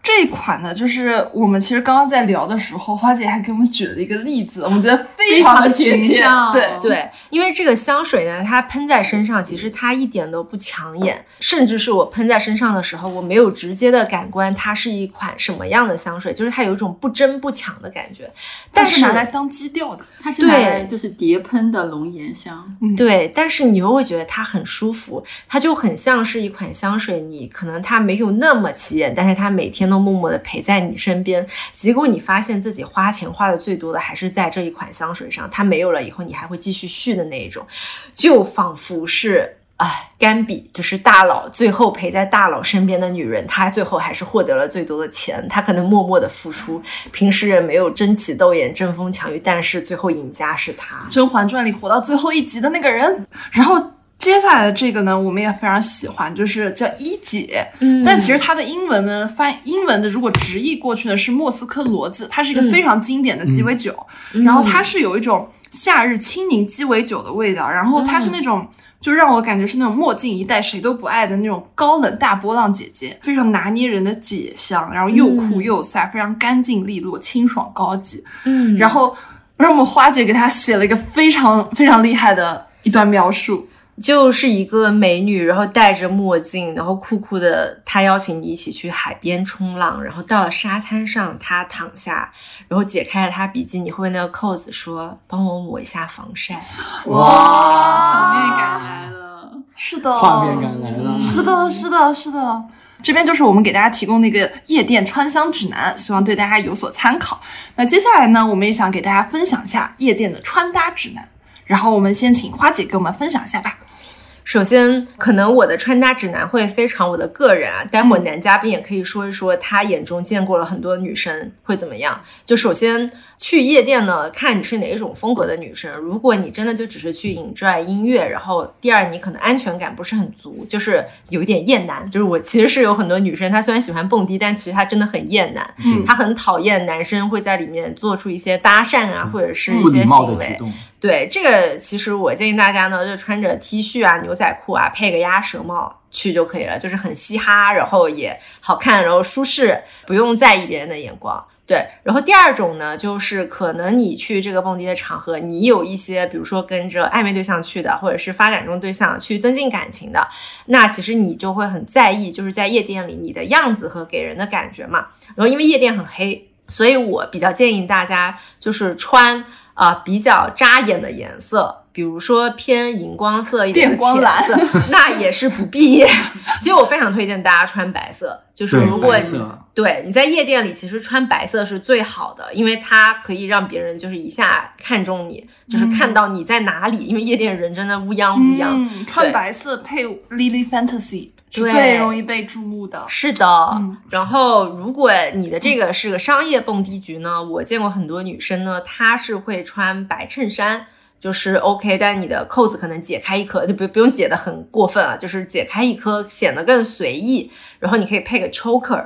这一款呢，就是我们其实刚刚在聊的时候，花姐还给我们举了一个例子，我们觉得非常的亲切。 对，因为这个香水呢，它喷在身上，其实它一点都不抢眼，甚至是我喷在身上的时候，我没有直接的感官它是一款什么样的香水，就是它有一种不争不抢的感觉。但是拿来当基调的， 它是拿来就是叠喷的龙涎香。 对，但是你又会觉得它很舒服，它就很像是一款香水，你可能它没有那么起眼，但是它每天都默默的陪在你身边，结果你发现自己花钱花的最多的还是在这一款香水上，它没有了以后你还会继续续的那一种，就仿佛是甘比，就是大佬最后陪在大佬身边的女人，她最后还是获得了最多的钱，她可能默默的付出，平时也没有争奇斗艳争锋抢玉，但是最后赢家是她。 《甄嬛传》里活到最后一集的那个人。然后接下来的这个呢，我们也非常喜欢，就是叫一姐。但其实它的英文呢，英文的如果直译过去呢是莫斯科骡子，它是一个非常经典的鸡尾酒。然后它是有一种夏日清柠鸡尾酒的味道，然后它是那种就让我感觉是那种墨镜一戴谁都不爱的那种高冷大波浪姐姐，非常拿捏人的姐香，然后又酷又飒，非常干净利落，清爽高级。然后让我们花姐给她写了一个非常非常厉害的一段描述。 就是一个美女，然后戴着墨镜，然后酷酷的，她邀请你一起去海边冲浪，然后到了沙滩上，她躺下，然后解开了她比基尼后面那个扣子，说帮我抹一下防晒。 哇，场面感来了。 是的， 画面感来了。 是的。这边就是我们给大家提供那个夜店穿香指南，希望对大家有所参考。那接下来呢，我们也想给大家分享一下夜店的穿搭指南，然后我们先请花姐给我们分享一下吧。 首先可能我的穿搭指南会非常我的个人啊，待会儿男嘉宾也可以说一说他眼中见过了很多女生会怎么样。就首先去夜店呢，看你是哪一种风格的女生，如果你真的就只是去 enjoy 音乐，然后第二你可能安全感不是很足，就是有一点厌男，就是我其实是有很多女生她虽然喜欢蹦迪，但其实她真的很厌男，她很讨厌男生会在里面做出一些搭讪啊，或者是一些行为。对，这个其实我建议大家呢，就穿着 T 恤啊牛仔裤啊配个鸭舌帽去就可以了，就是很嘻哈，然后也好看，然后舒适，不用在意别人的眼光。对，然后第二种呢，就是可能你去这个蹦迪的场合，你有一些比如说跟着暧昧对象去的，或者是发展中对象去增进感情的，那其实你就会很在意，就是在夜店里你的样子和给人的感觉嘛。然后因为夜店很黑，所以我比较建议大家就是穿比较扎眼的颜色，比如说偏荧光色一点的浅色，那也是不必。其实我非常推荐大家穿白色，就是如果你在夜店里，其实穿白色是最好的，因为它可以让别人就是一下看中你，就是看到你在哪里，因为夜店人真的乌泱乌泱。 穿白色配 Lily Fantasy是最容易被注目的。 是的，然后如果你的这个是个商业蹦迪局呢，我见过很多女生呢，她是会穿白衬衫，就是 OK， 但你的扣子可能解开一颗，就不用解得很过分啊，就是解开一颗显得更随意，然后你可以配个 choker，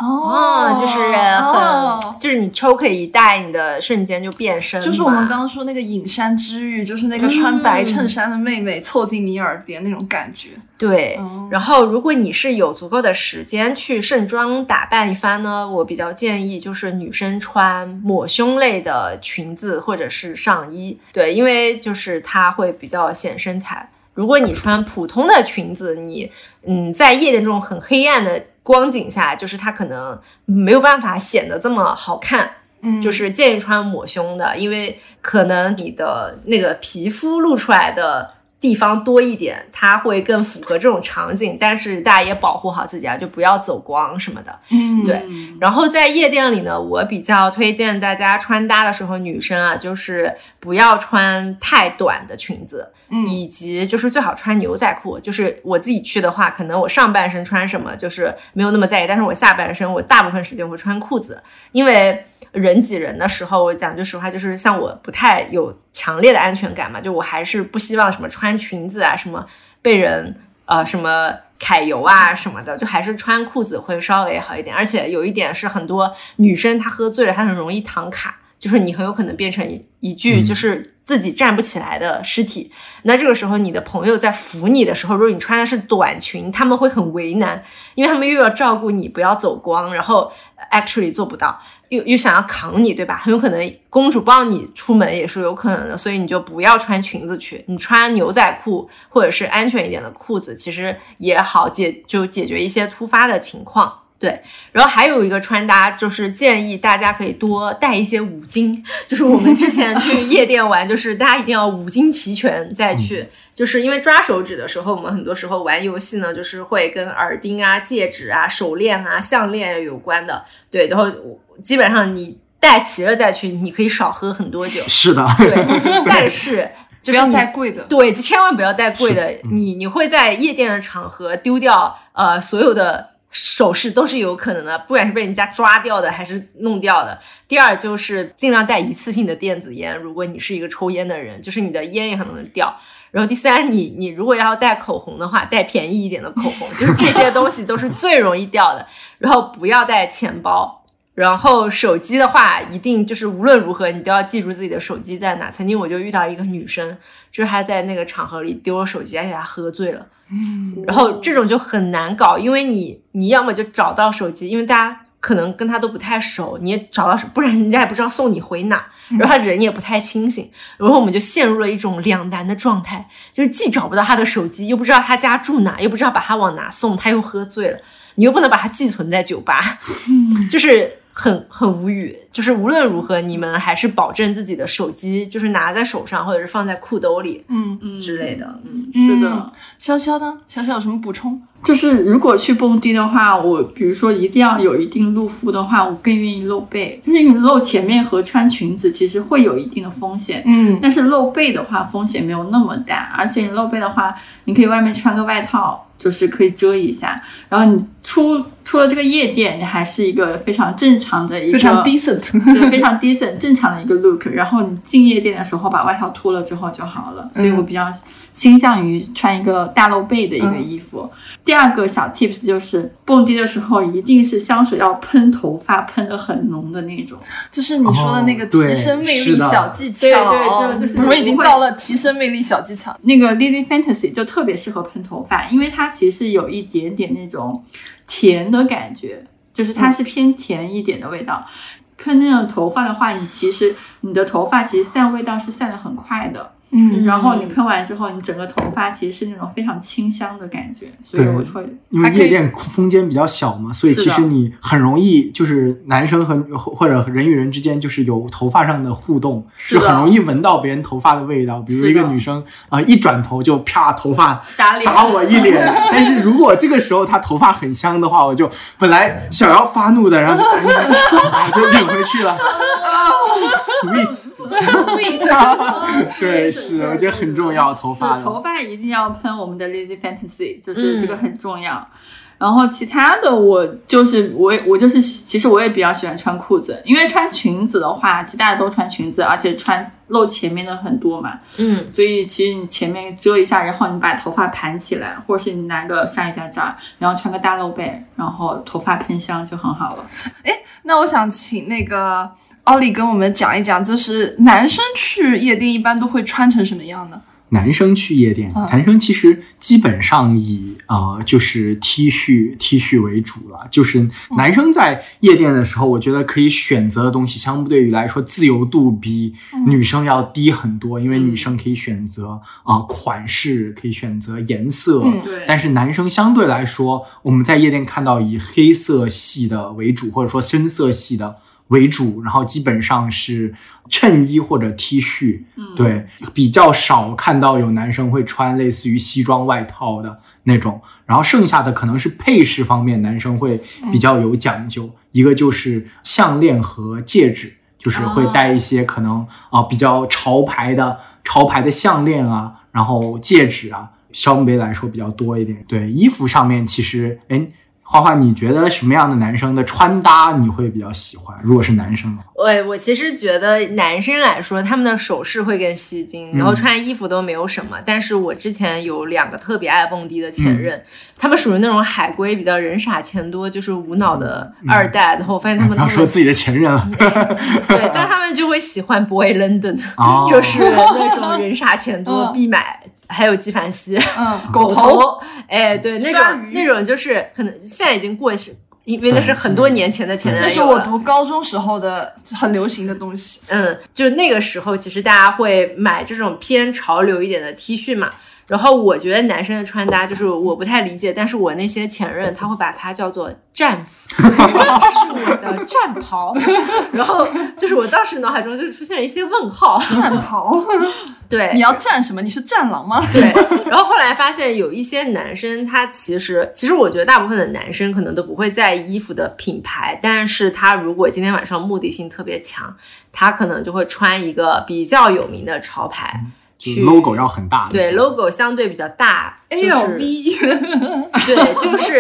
就是你 choker 一戴，你的瞬间就变身， 就是我们刚刚说那个隐山之玉，就是那个穿白衬衫的妹妹凑近你耳边那种感觉。 对，然后如果你是有足够的时间去盛装打扮一番呢，我比较建议就是女生穿抹胸类的裙子或者是上衣，对，因为就是它会比较显身材。如果你穿普通的裙子，你在夜店这种很黑暗的光景下，就是它可能没有办法显得这么好看。就是建议穿抹胸的，因为可能你的那个皮肤露出来的地方多一点，它会更符合这种场景，但是大家也保护好自己啊，就不要走光什么的。对。然后在夜店里呢，我比较推荐大家穿搭的时候，女生啊，就是不要穿太短的裙子。以及就是最好穿牛仔裤，就是我自己去的话，可能我上半身穿什么就是没有那么在意，但是我下半身我大部分时间会穿裤子，因为人挤人的时候，我讲句实话，就是像我不太有强烈的安全感嘛，就我还是不希望什么穿裙子啊，什么被人什么揩油啊什么的，就还是穿裤子会稍微好一点。而且有一点是很多女生她喝醉了，她很容易躺卡。 就是你很有可能变成一具就是自己站不起来的尸体。那这个时候你的朋友在扶你的时候，如果你穿的是短裙，他们会很为难，因为他们又要照顾你不要走光，然后 actually 做不到，又想要扛你，对吧？很有可能公主抱你出门也是有可能的，所以你就不要穿裙子去，你穿牛仔裤或者是安全一点的裤子，其实也好解决一些突发的情况。对，然后还有一个穿搭就是建议大家可以多带一些五金，就是我们之前去夜店玩，就是大家一定要五金齐全再去，就是因为抓手指的时候，我们很多时候玩游戏呢，就是会跟耳钉啊、戒指啊、手链啊、项链有关的，对，然后基本上你带齐了再去，你可以少喝很多酒， 是的， 对，但是就是不要带贵的， 对，千万不要带贵的，你会在夜店的场合丢掉所有的首饰都是有可能的，不管是被人家抓掉的还是弄掉的。第二就是尽量带一次性的电子烟，如果你是一个抽烟的人，就是你的烟也很容易掉。然后第三，你如果要带口红的话，带便宜一点的口红，就是这些东西都是最容易掉的。然后不要带钱包，然后手机的话一定就是无论如何你都要记住自己的手机在哪。曾经我就遇到一个女生，就是她在那个场合里丢了手机，而且她喝醉了，然后这种就很难搞，因为你要么就找到手机，因为大家可能跟她都不太熟，你也找到手，不然人家也不知道送你回哪，然后她人也不太清醒，然后我们就陷入了一种两难的状态，就是既找不到她的手机，又不知道她家住哪，又不知道把她往哪送，她又喝醉了，你又不能把她寄存在酒吧，就是很无语。就是无论如何你们还是保证自己的手机就是拿在手上，或者是放在裤兜里之类的。 是的。 潇潇呢？潇潇有什么补充？ 就是如果去蹦迪的话，我比如说一定要有一定露肤的话，我更愿意露背，就是因为露前面和穿裙子其实会有一定的风险，但是露背的话风险没有那么大，而且你露背的话你可以外面穿个外套，就是可以遮一下，然后你出了这个夜店，你还是一个非常正常的一个非常 decent 对，非常 decent 正常的一个 look， 然后你进夜店的时候把外套脱了之后就好了，所以我比较倾向于穿一个大露背的一个衣服。第二个小 tips 就是蹦迪的时候一定是香水要喷头发，喷得很浓的那种， 就是你说的那个提升魅力小技巧。 对，就是我们已经到了提升魅力小技巧。 那个 Lily Fantasy 就特别适合喷头发，因为它其实有一点点那种甜的感觉，就是它是偏甜一点的味道。喷那种头发的话，你的头发其实散味道是散得很快的，然后你喷完之后，你整个头发其实是那种非常清香的感觉，所以我会因为夜店空间比较小嘛，所以其实你很容易就是男生或者人与人之间就是有头发上的互动，就很容易闻到别人头发的味道。比如一个女生一转头就啪头发打我一脸，但是如果这个时候她头发很香的话，我就本来想要发怒的，然后就忍回去了。sweet 对，是我觉得很重要，头发一定要喷我们的 Lily Fantasy， 就是这个很重要。然后其他的我其实我也比较喜欢穿裤子，因为穿裙子的话其实大家都穿裙子，而且露前面的很多嘛，所以其实你前面遮一下，然后你把头发盘起来，或者是你拿个纱一下扎，然后穿个大露背，然后头发喷香就很好了。 那我想请那个奥利跟我们讲一讲，就是男生去夜店一般都会穿成什么样呢？ 男生去夜店，男生其实基本上以就是 T 恤为主了。就是男生在夜店的时候，我觉得可以选择的东西相对于来说自由度比女生要低很多，因为女生可以选择款式，可以选择颜色，但是男生相对来说，我们在夜店看到以黑色系的为主，或者说深色系的为主，然后基本上是衬衣或者 T 恤，对，比较少看到有男生会穿类似于西装外套的那种，然后剩下的可能是配饰方面男生会比较有讲究，一个就是项链和戒指，就是会戴一些可能比较潮牌的项链啊，然后戒指啊相对来说比较多一点。对，衣服上面其实花花，你觉得什么样的男生的穿搭你会比较喜欢？如果是男生的话， 我其实觉得男生来说，他们的首饰会更吸睛，然后穿衣服都没有什么。但是我之前有2个特别爱蹦迪的前任，他们属于那种海归，比较人傻钱多，就是无脑的二代。然后我发现他们要说自己的前任了， 对，但他们就会喜欢 Boy London，就是那种人傻钱多必买。还有纪梵希，狗头，哎，对，那种就是可能现在已经过时，因为那是很多年前的前男友了， 那是我读高中时候的很流行的东西。 就是那个时候，其实大家会买这种偏潮流一点的 T 恤嘛。然后我觉得男生的穿搭就是我不太理解，但是我那些前任他会把它叫做战服，这是我的战袍。然后就是我当时脑海中就出现了一些问号， 战袍。 对， 你要战什么？你是战狼吗？ 对。然后后来发现有一些男生，他其实我觉得大部分的男生可能都不会在意衣服的品牌，但是他如果今天晚上目的性特别强，他可能就会穿一个比较有名的潮牌。 logo 要很大的， 对 ，logo 相对比较大 ，LV， 对，就是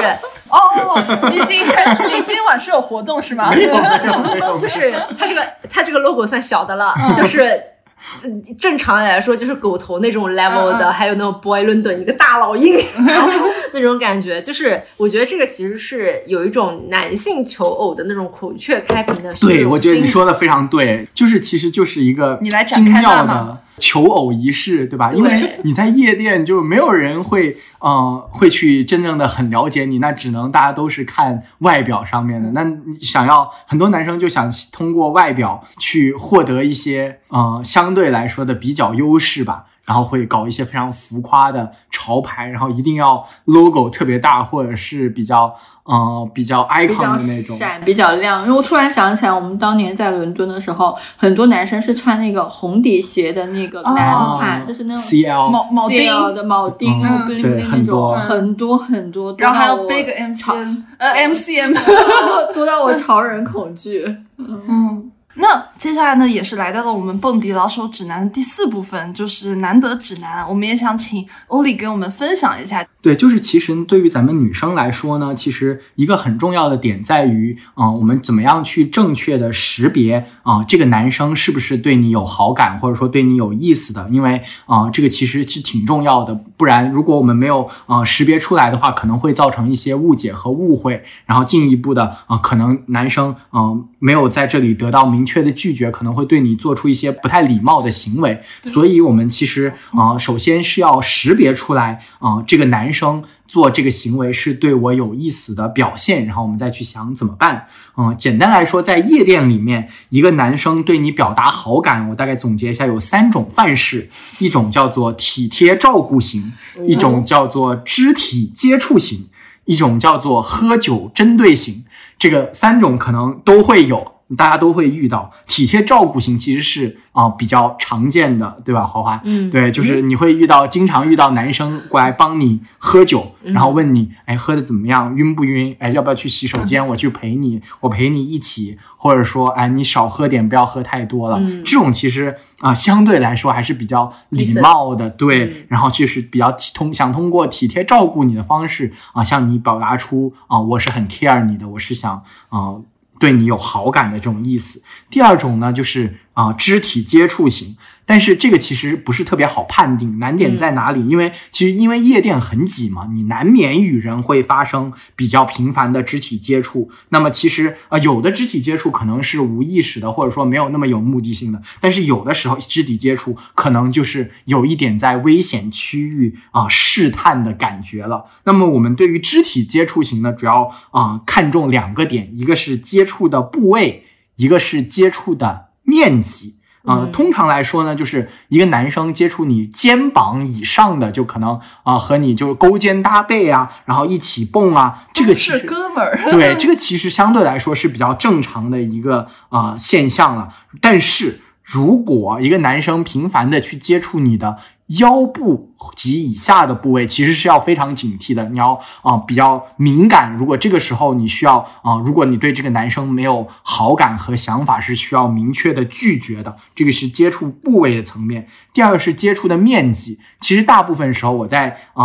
你今晚是有活动是吗？ 没有， 就是它这个 logo 算小的了，就是正常来说就是狗头那种 level 的，还有那种 Boy London 一个大老鹰那种感觉，就是我觉得这个其实是有一种男性求偶的那种孔雀开屏的虚荣心。 对，我觉得你说的非常对，其实就是一个精妙的求偶仪式，对吧？因为你在夜店就没有人会去真正的很了解你，那只能大家都是看外表上面的。那想要很多男生就想通过外表去获得一些相对来说的比较优势吧。然后会搞一些非常浮夸的潮牌，然后一定要 logo 特别大，或者是比较 icon 的那种， 比较亮。因为我突然想起来，我们当年在伦敦的时候，很多男生是穿那个红底鞋的那个男款，就是那种 CL 铆钉的��钉， 对， 很多， 然后还有 Big MCM， 多到我潮人恐惧。 那接下来呢，也是来到了我们蹦迪老手指南的第4部分，就是难得指南。我们也想请欧里跟我们分享一下。 对，就是其实对于咱们女生来说呢，其实一个很重要的点在于我们怎么样去正确的识别这个男生是不是对你有好感，或者说对你有意思的。因为这个其实是挺重要的，不然如果我们没有识别出来的话，可能会造成一些误解和误会，然后进一步的可能男生没有在这里得到明确的拒绝，可能会对你做出一些不太礼貌的行为。所以我们其实首先是要识别出来这个男生做这个行为是对我有意思的表现，然后我们再去想怎么办。简单来说，在夜店里面，一个男生对你表达好感，我大概总结一下，有3种范式，一种叫做体贴照顾型，一种叫做肢体接触型，一种叫做喝酒针对型。这个3种可能都会有，大家都会遇到。体贴照顾型其实是比较常见的，对吧，花花？对，就是你会经常遇到男生过来帮你喝酒，然后问你，哎，喝的怎么样，晕不晕？哎，要不要去洗手间？我去陪你，我陪你一起，或者说，哎，你少喝点，不要喝太多了。这种其实相对来说还是比较礼貌的，对。然后就是比较想通过体贴照顾你的方式向你表达出我是很 care 你的，我是想对你有好感的这种意思。第2种呢，就是肢体接触型，但是这个其实不是特别好判定，难点在哪里？因为夜店很挤嘛，你难免与人会发生比较频繁的肢体接触。那么其实有的肢体接触可能是无意识的，或者说没有那么有目的性的，但是有的时候肢体接触可能就是有一点在危险区域试探的感觉了。那么我们对于肢体接触型呢，主要看重2个点，一个是接触的部位，一个是接触的面积。通常来说呢，就是一个男生接触你肩膀以上的，就可能和你就是勾肩搭背啊，然后一起蹦啊，这个其实是哥们儿。 对，这个其实相对来说是比较正常的一个现象了。但是如果一个男生频繁的去接触你的腰部及以下的部位，其实是要非常警惕的，你要比较敏感。如果这个时候你需要如果你对这个男生没有好感和想法，是需要明确的拒绝的。这个是接触部位的层面。第2个是接触的面积，其实大部分时候我在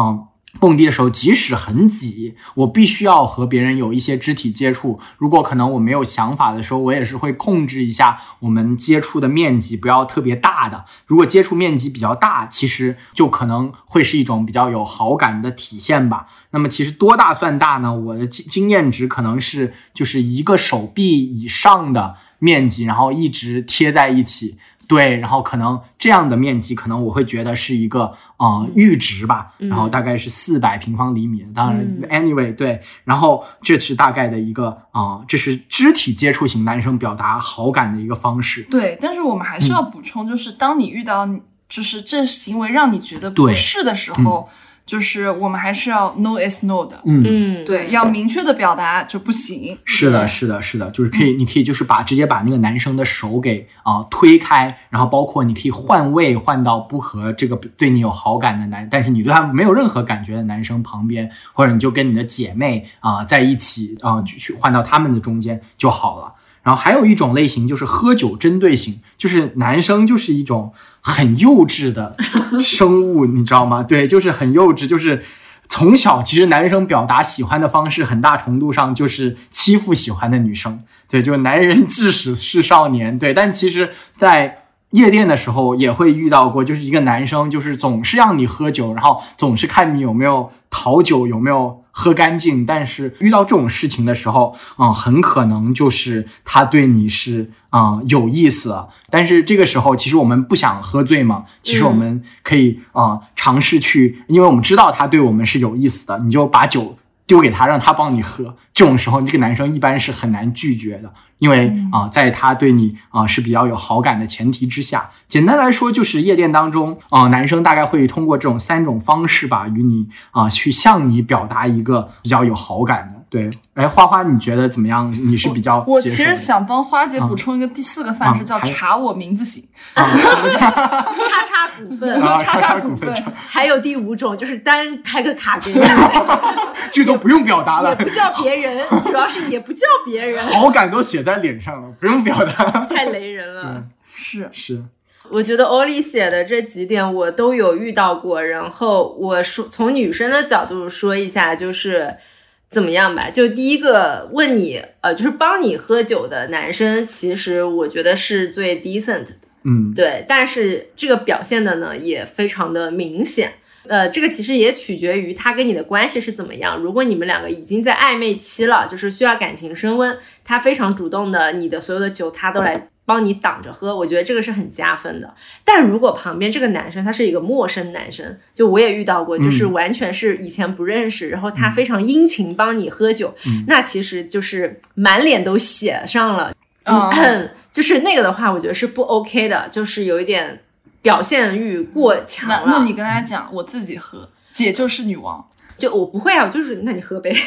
蹦迪的时候，即使很挤，我必须要和别人有一些肢体接触。如果可能我没有想法的时候，我也是会控制一下我们接触的面积，不要特别大的。如果接触面积比较大，其实就可能会是一种比较有好感的体现吧。那么其实多大算大呢？我的经验值可能是就是一个手臂以上的面积，然后一直贴在一起。对，然后可能这样的面积，可能我会觉得是一个阈值吧，然后大概是400平方厘米。当然 ，anyway， 对，然后这是大概的一个这是肢体接触型男生表达好感的一个方式。 对，但是我们还是要补充，就是当你遇到就是这行为让你觉得不适的时候。就是我们还是要 no is no 的，对，要明确的表达就不行。 是的，是的，是的，就是可以，你可以就是直接把那个男生的手给推开，然后包括你可以换位，换到不和这个对你有好感的但是你对他没有任何感觉的男生旁边，或者你就跟你的姐妹在一起去换到他们的中间就好了。然后还有一种类型就是喝酒针对型，就是男生就是一种很幼稚的生物，你知道吗？对，就是很幼稚，就是从小其实男生表达喜欢的方式很大程度上就是欺负喜欢的女生，对，就男人至死是少年，对，但其实在夜店的时候也会遇到过，就是一个男生就是总是让你喝酒，然后总是看你有没有讨酒，有没有喝干净，但是遇到这种事情的时候很可能就是他对你是有意思了。但是这个时候其实我们不想喝醉嘛，其实我们可以尝试去，因为我们知道他对我们是有意思的，你就把酒丢给他，让他帮你喝。这种时候这个男生一般是很难拒绝的，因为在他对你是比较有好感的前提之下。简单来说就是夜店当中男生大概会通过这种3种方式吧，与你去向你表达一个比较有好感的。对，哎，花花你觉得怎么样？你是比较我其实想帮花姐补充一个第4个范式，叫查我名字型。 叉叉股份， 叉叉股份。 还有第5种就是单开个卡给你， 这都不用表达了， 也不叫别人，主要是也不叫别人， 好感都写在脸上了，不用表达， 太雷人了。 是。 我觉得欧丽写的这几点我都有遇到过，然后我从女生的角度说一下，就是怎么样吧。就第一个问你就是帮你喝酒的男生，其实我觉得是最 decent 的，对，但是这个表现的呢也非常的明显。这个其实也取决于他跟你的关系是怎么样。如果你们两个已经在暧昧期了，就是需要感情升温，他非常主动的，你的所有的酒他都来帮你挡着喝，我觉得这个是很加分的。但如果旁边这个男生他是一个陌生男生，就我也遇到过，就是完全是以前不认识，然后他非常殷勤帮你喝酒，那其实就是满脸都写上了，就是那个的话我觉得是不 OK 的，就是有一点表现欲过强了。 那你跟他讲我自己喝，姐就是女王。 就我不会啊，我就是那你喝呗。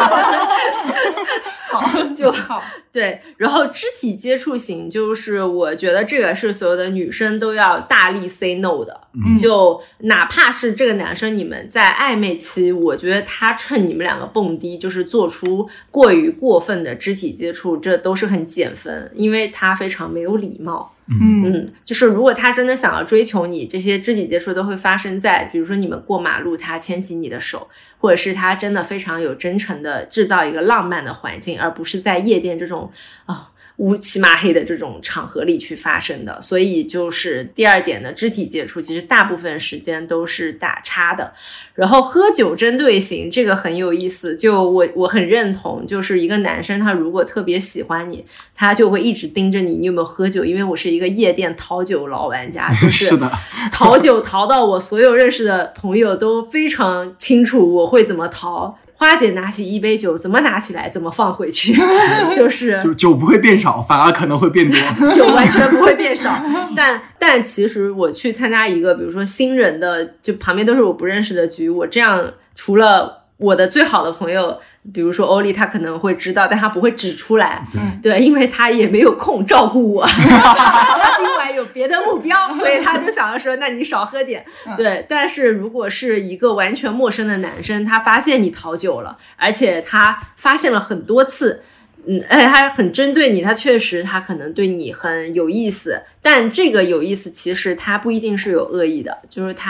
好， 就好。 对，然后肢体接触型，就是我觉得这个是所有的女生都要大力 say no 的。就哪怕是这个男生你们在暧昧期，我觉得他趁你们两个蹦迪就是做出过于过分的肢体接触，这都是很减分，因为他非常没有礼貌。就是如果他真的想要追求你，这些肢体接触都会发生在比如说你们过马路他牵起你的手，或者是他真的非常有真诚的制造一个浪漫的环境，而不是在夜店这种乌漆麻黑的这种场合里去发生的。所以就是第二点的肢体接触其实大部分时间都是打叉的。然后喝酒针对型这个很有意思，就我很认同，就是一个男生他如果特别喜欢你，他就会一直盯着你有没有喝酒。因为我是一个夜店讨酒老玩家，就是讨酒讨到我所有认识的朋友都非常清楚我会怎么讨。花姐拿起一杯酒，怎么拿起来怎么放回去，就是酒不会变少，反而可能会变多。 酒完全不会变少，但其实我去参加一个比如说新人的，就旁边都是我不认识的局，我这样除了我的最好的朋友比如说欧丽，他可能会知道，但他不会指出来，对，因为他也没有空照顾我他今晚有别的目标，所以他就想要说那你少喝点，对。但是如果是一个完全陌生的男生，他发现你讨酒了，而且他发现了很多次，而且他很针对你，他确实他可能对你很有意思，但这个有意思其实他不一定是有恶意的，就是他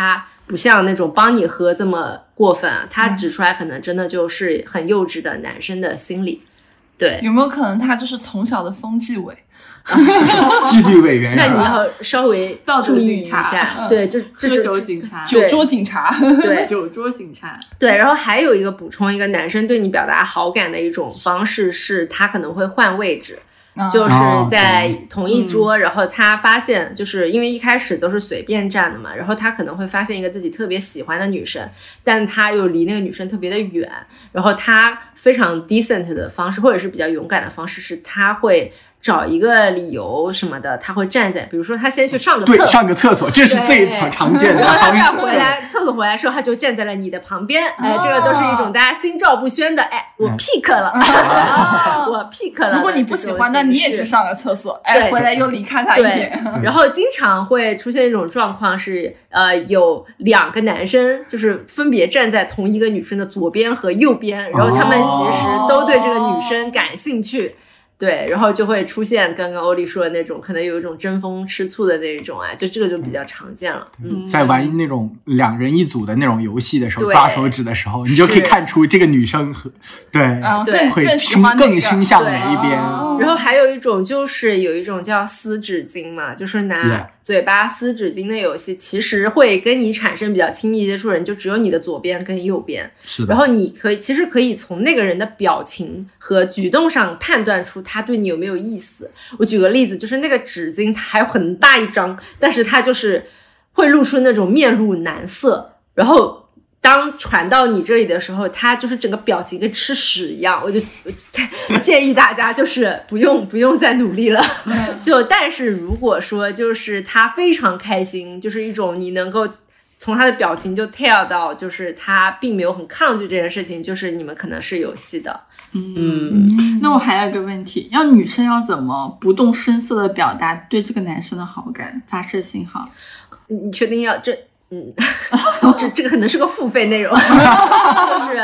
不像那种帮你喝这么过分啊，他指出来可能真的就是很幼稚的男生的心理。对， 有没有可能他就是从小的风纪委？ 纪律委员， 那你要稍微注意一道德下，对，就喝酒警察， 酒桌警察， 对， 酒桌警察， 对。然后还有一个补充，一个男生对你表达好感的一种方式是，他可能会换位置。就是在同一桌，然后他发现，就是因为一开始都是随便站的嘛，然后他可能会发现一个自己特别喜欢的女生，但他又离那个女生特别的远，然后他非常 decent 的方式，或者是比较勇敢的方式，是他会找一个理由什么的，他会站在，比如说他先去上个厕所， 对，上个厕所，这是最常见的。 然后他再回来，厕所回来的时候，他就站在了你的旁边，这个都是一种大家心照不宣的，我 pick 了，我 pick 了。 如果你不喜欢，那你也去上个厕所，回来又离开他一点。 然后经常会出现一种状况是，有2个男生就是分别站在同一个女生的左边和右边，然后他们其实都对这个女生感兴趣。对，然后就会出现刚刚欧丽说的那种，可能有一种争风吃醋的那种就这个就比较常见了。 在玩那种2人1组的那种游戏的时候，抓手指的时候，你就可以看出这个女生会更倾向哪一边。 然后还有一种就是有一种叫撕纸巾嘛，就是拿嘴巴撕纸巾的游戏，其实会跟你产生比较亲密接触的人就只有你的左边跟右边。 是的。 然后你其实可以从那个人的表情和举动上判断出他对你有没有意思。我举个例子，就是那个纸巾它还有很大一张，但是它就是会露出那种面露难色，然后当传到你这里的时候，他就是整个表情跟吃屎一样，我就建议大家就是不用再努力了。但是如果说就是他非常开心，就是一种你能够从他的表情就 tell 到，就是他并没有很抗拒这件事情，就是你们可能是有戏的。 那我还有一个问题，女生要怎么不动声色的表达对这个男生的好感，发射信号？ 你确定要这个可能是个付费内容，就是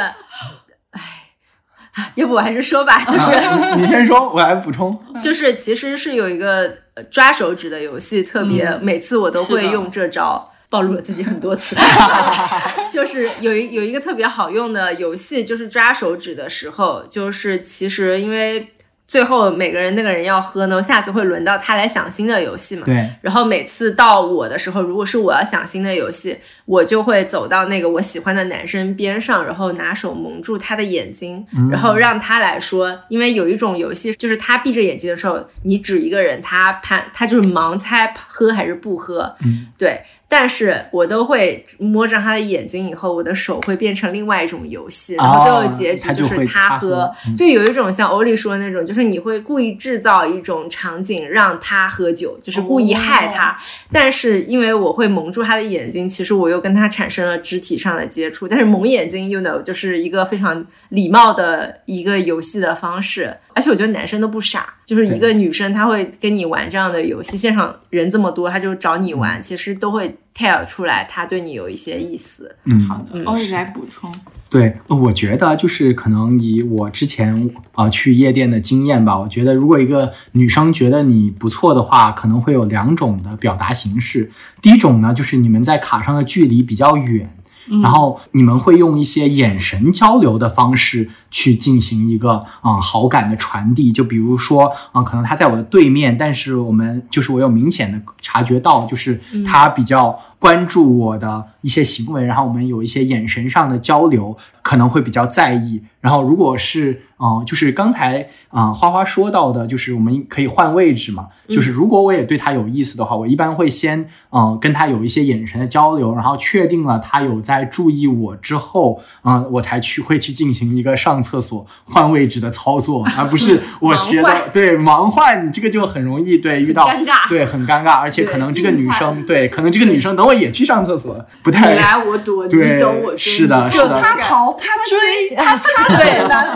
要不我还是说吧，就是你先说，我来补充。 就是其实是有一个抓手指的游戏，特别每次我都会用这招。暴露了自己很多次就是有一个特别好用的游戏，就是抓手指的时候，就是其实因为最后每个人那个人要喝呢，下次会轮到他来想新的游戏嘛。 对。 然后每次到我的时候，如果是我要想新的游戏，我就会走到那个我喜欢的男生边上，然后拿手蒙住他的眼睛，然后让他来说。因为有一种游戏就是他闭着眼睛的时候，你指一个人，他就是盲猜喝还是不喝。对。但是我都会摸着他的眼睛以后，我的手会变成另外一种游戏，然后最后结局就是他喝。就有一种像欧丽说的那种，就是你会故意制造一种场景让他喝酒，就是故意害他。但是因为我会蒙住他的眼睛，其实我又跟他产生了肢体上的接触。但是蒙眼睛 you know 就是一个非常礼貌的一个游戏的方式。而且我觉得男生都不傻，就是一个女生她会跟你玩这样的游戏，现场人这么多，她就找你玩，其实都会 tell 出来她对你有一些意思。 好的，欧丽来补充。 对，我觉得就是可能以我之前去夜店的经验吧，我觉得如果一个女生觉得你不错的话，可能会有2种的表达形式。第一种呢，就是你们在卡上的距离比较远，然后你们会用一些眼神交流的方式去进行一个好感的传递。就比如说可能他在我的对面，但是我有明显的察觉到，就是他比较关注我的一些行为，然后我们有一些眼神上的交流，可能会比较在意。然后如果是就是刚才花花说到的，就是我们可以换位置嘛，就是如果我也对他有意思的话，我一般会先跟他有一些眼神的交流，然后确定了他有在注意我之后我才会去进行一个上厕所换位置的操作，而不是我觉得对盲换这个就很容易遇到很尴尬， 对，很尴尬。而且可能这个女生可能这个女生等我也去上厕所，不太你来我躲，你对， 走我追， 是的， 就他逃他追他插手难飞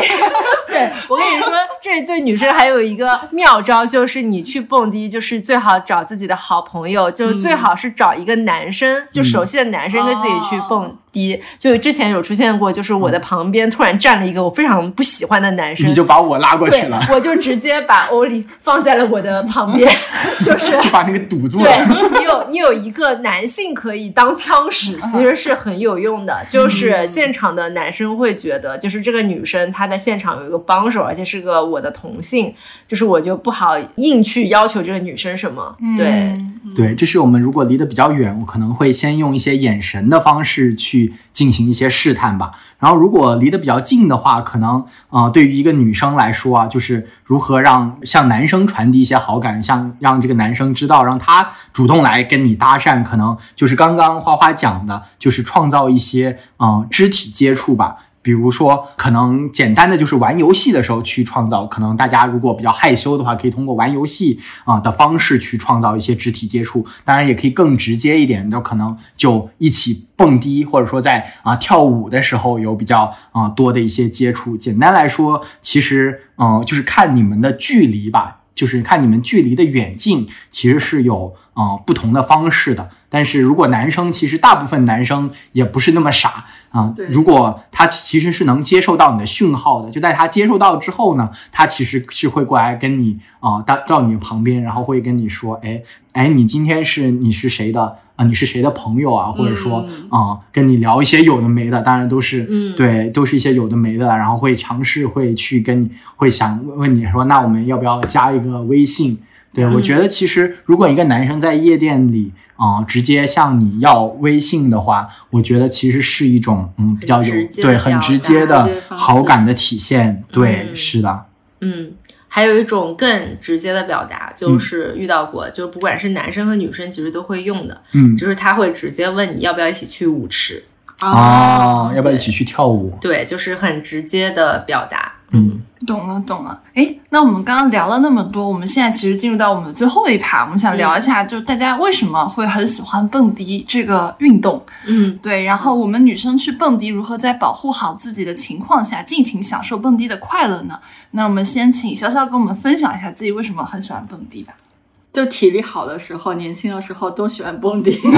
对，我跟你说，这对女生还有一个妙招，就是你去蹦迪，就是最好找自己的好朋友，就是最好是找一个男生，就熟悉的男生跟自己去蹦迪。就之前有出现过，就是我的旁边突然站了一个我非常不喜欢的男生， 你就把我拉过去了， 我就直接把欧丽放在了我的旁边，就是就把那个堵住了。 对，你有一个男性可以当枪使，其实是很有用的。就是现场的男生会觉得，就是这个女生她在现场有一个帮手，而且是个我的同性，就是我就不好硬去要求这个女生什么。 对，这是我们如果离得比较远，我可能会先用一些眼神的方式去进行一些试探吧。然后如果离得比较近的话，可能对于一个女生来说啊，就是如何向男生传递一些好感，让这个男生知道，让他主动来跟你搭讪，可能就是刚刚花花讲的，就是创造一些肢体接触吧。比如说可能简单的就是玩游戏的时候去创造，可能大家如果比较害羞的话，可以通过玩游戏的方式去创造一些肢体接触。当然也可以更直接一点，就可能就一起蹦迪，或者说在跳舞的时候有比较多的一些接触。简单来说，其实就是看你们的距离吧，就是看你们距离的远近，其实是有不同的方式的。但是如果男生，其实大部分男生也不是那么傻如果他其实是能接受到你的讯号的，就在他接受到之后呢，他其实是会过来跟你到你旁边，然后会跟你说，哎，你今天你是谁的你是谁的朋友啊？或者说跟你聊一些有的没的，当然都是对，都是一些有的没的，然后会尝试会去跟你会想问你说，那我们要不要加一个微信？对，我觉得其实如果一个男生在夜店里直接向你要微信的话，我觉得其实是一种比较很直接的好感的体现。对，是的。 还有一种更直接的表达，就是遇到过，就是不管是男生和女生其实都会用的，就是他会直接问你要不要一起去舞池要不要一起去跳舞？ 对，就是很直接的表达。 懂了。那我们刚刚聊了那么多，我们现在其实进入到我们最后一趴，我们想聊一下，就大家为什么会很喜欢蹦迪这个运动。对，然后我们女生去蹦迪，如何在保护好自己的情况下，尽情享受蹦迪的快乐呢？那我们先请潇潇跟我们分享一下自己为什么很喜欢蹦迪吧。 就体力好的时候，年轻的时候都喜欢蹦迪。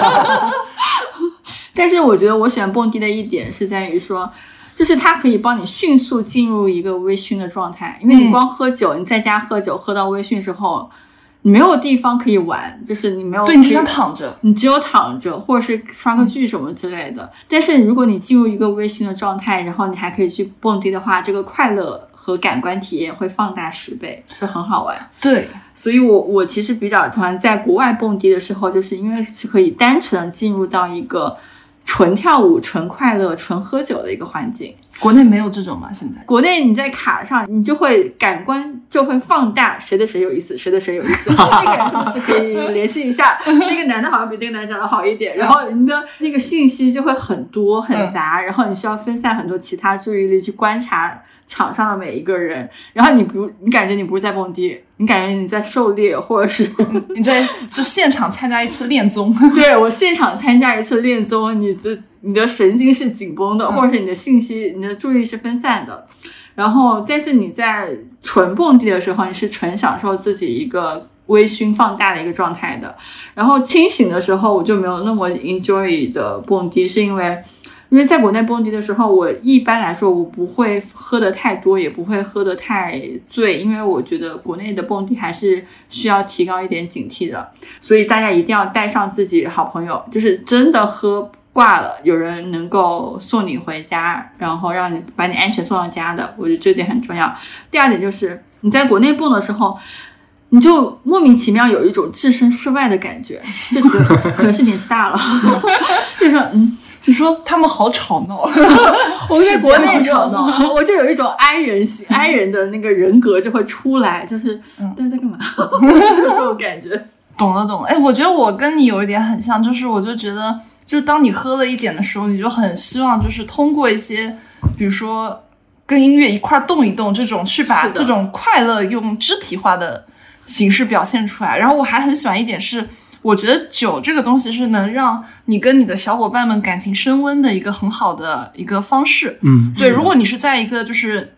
但是我觉得我喜欢蹦迪的一点是在于说，就是它可以帮你迅速进入一个微醺的状态，因为你光喝酒，你在家喝酒喝到微醺之后，你没有地方可以玩，就是你没有， 对，你只能躺着， 你只有躺着或者是刷个剧什么之类的。但是如果你进入一个微醺的状态，然后你还可以去蹦迪的话，这个快乐和感官体验会放大10倍，就很好玩。 对， 所以我其实比较喜欢在国外蹦迪的时候，就是因为是可以单纯的进入到一个纯跳舞、纯快乐、纯喝酒的一个环境。 国内没有这种吗？现在国内你在卡上，你就会感官就会放大，谁的谁有意思，谁的谁有意思，那个人是不是可以联系一下？那个男的好像比那个男长得好一点，然后你的那个信息就会很多很杂，然后你需要分散很多其他注意力去观察场上的每一个人，然后你感觉你不是在蹦迪，你感觉你在狩猎，或者是你在就现场参加一次恋综。 对，我现场参加一次恋综，你的神经是紧绷的，或者是你的信息、你的注意力是分散的。然后但是你在纯蹦迪的时候，你是纯享受自己一个微醺放大的一个状态的。然后清醒的时候我就没有那么 enjoy 的蹦迪，是因为在国内蹦迪的时候，我一般来说我不会喝得太多，也不会喝得太醉，因为我觉得国内的蹦迪还是需要提高一点警惕的。所以大家一定要带上自己好朋友，就是真的喝挂了，有人能够送你回家，然后把你安全送到家的，我觉得这点很重要。第二点就是你在国内蹦的时候，你就莫名其妙有一种置身事外的感觉，就觉得可能是年纪大了，就是你说他们好吵闹， 我在国内吵闹，我就有一种 I 人的那个人格就会出来，就是大家在干嘛？就是这种感觉。 懂了。我觉得我跟你有一点很像，就是我就觉得，就是当你喝了一点的时候，你就很希望就是通过一些，比如说跟音乐一块动一动这种，去把这种快乐用肢体化的形式表现出来。然后我还很喜欢一点是，我觉得酒这个东西是能让你跟你的小伙伴们感情升温的一个很好的一个方式。 对， 如果你是在一个就是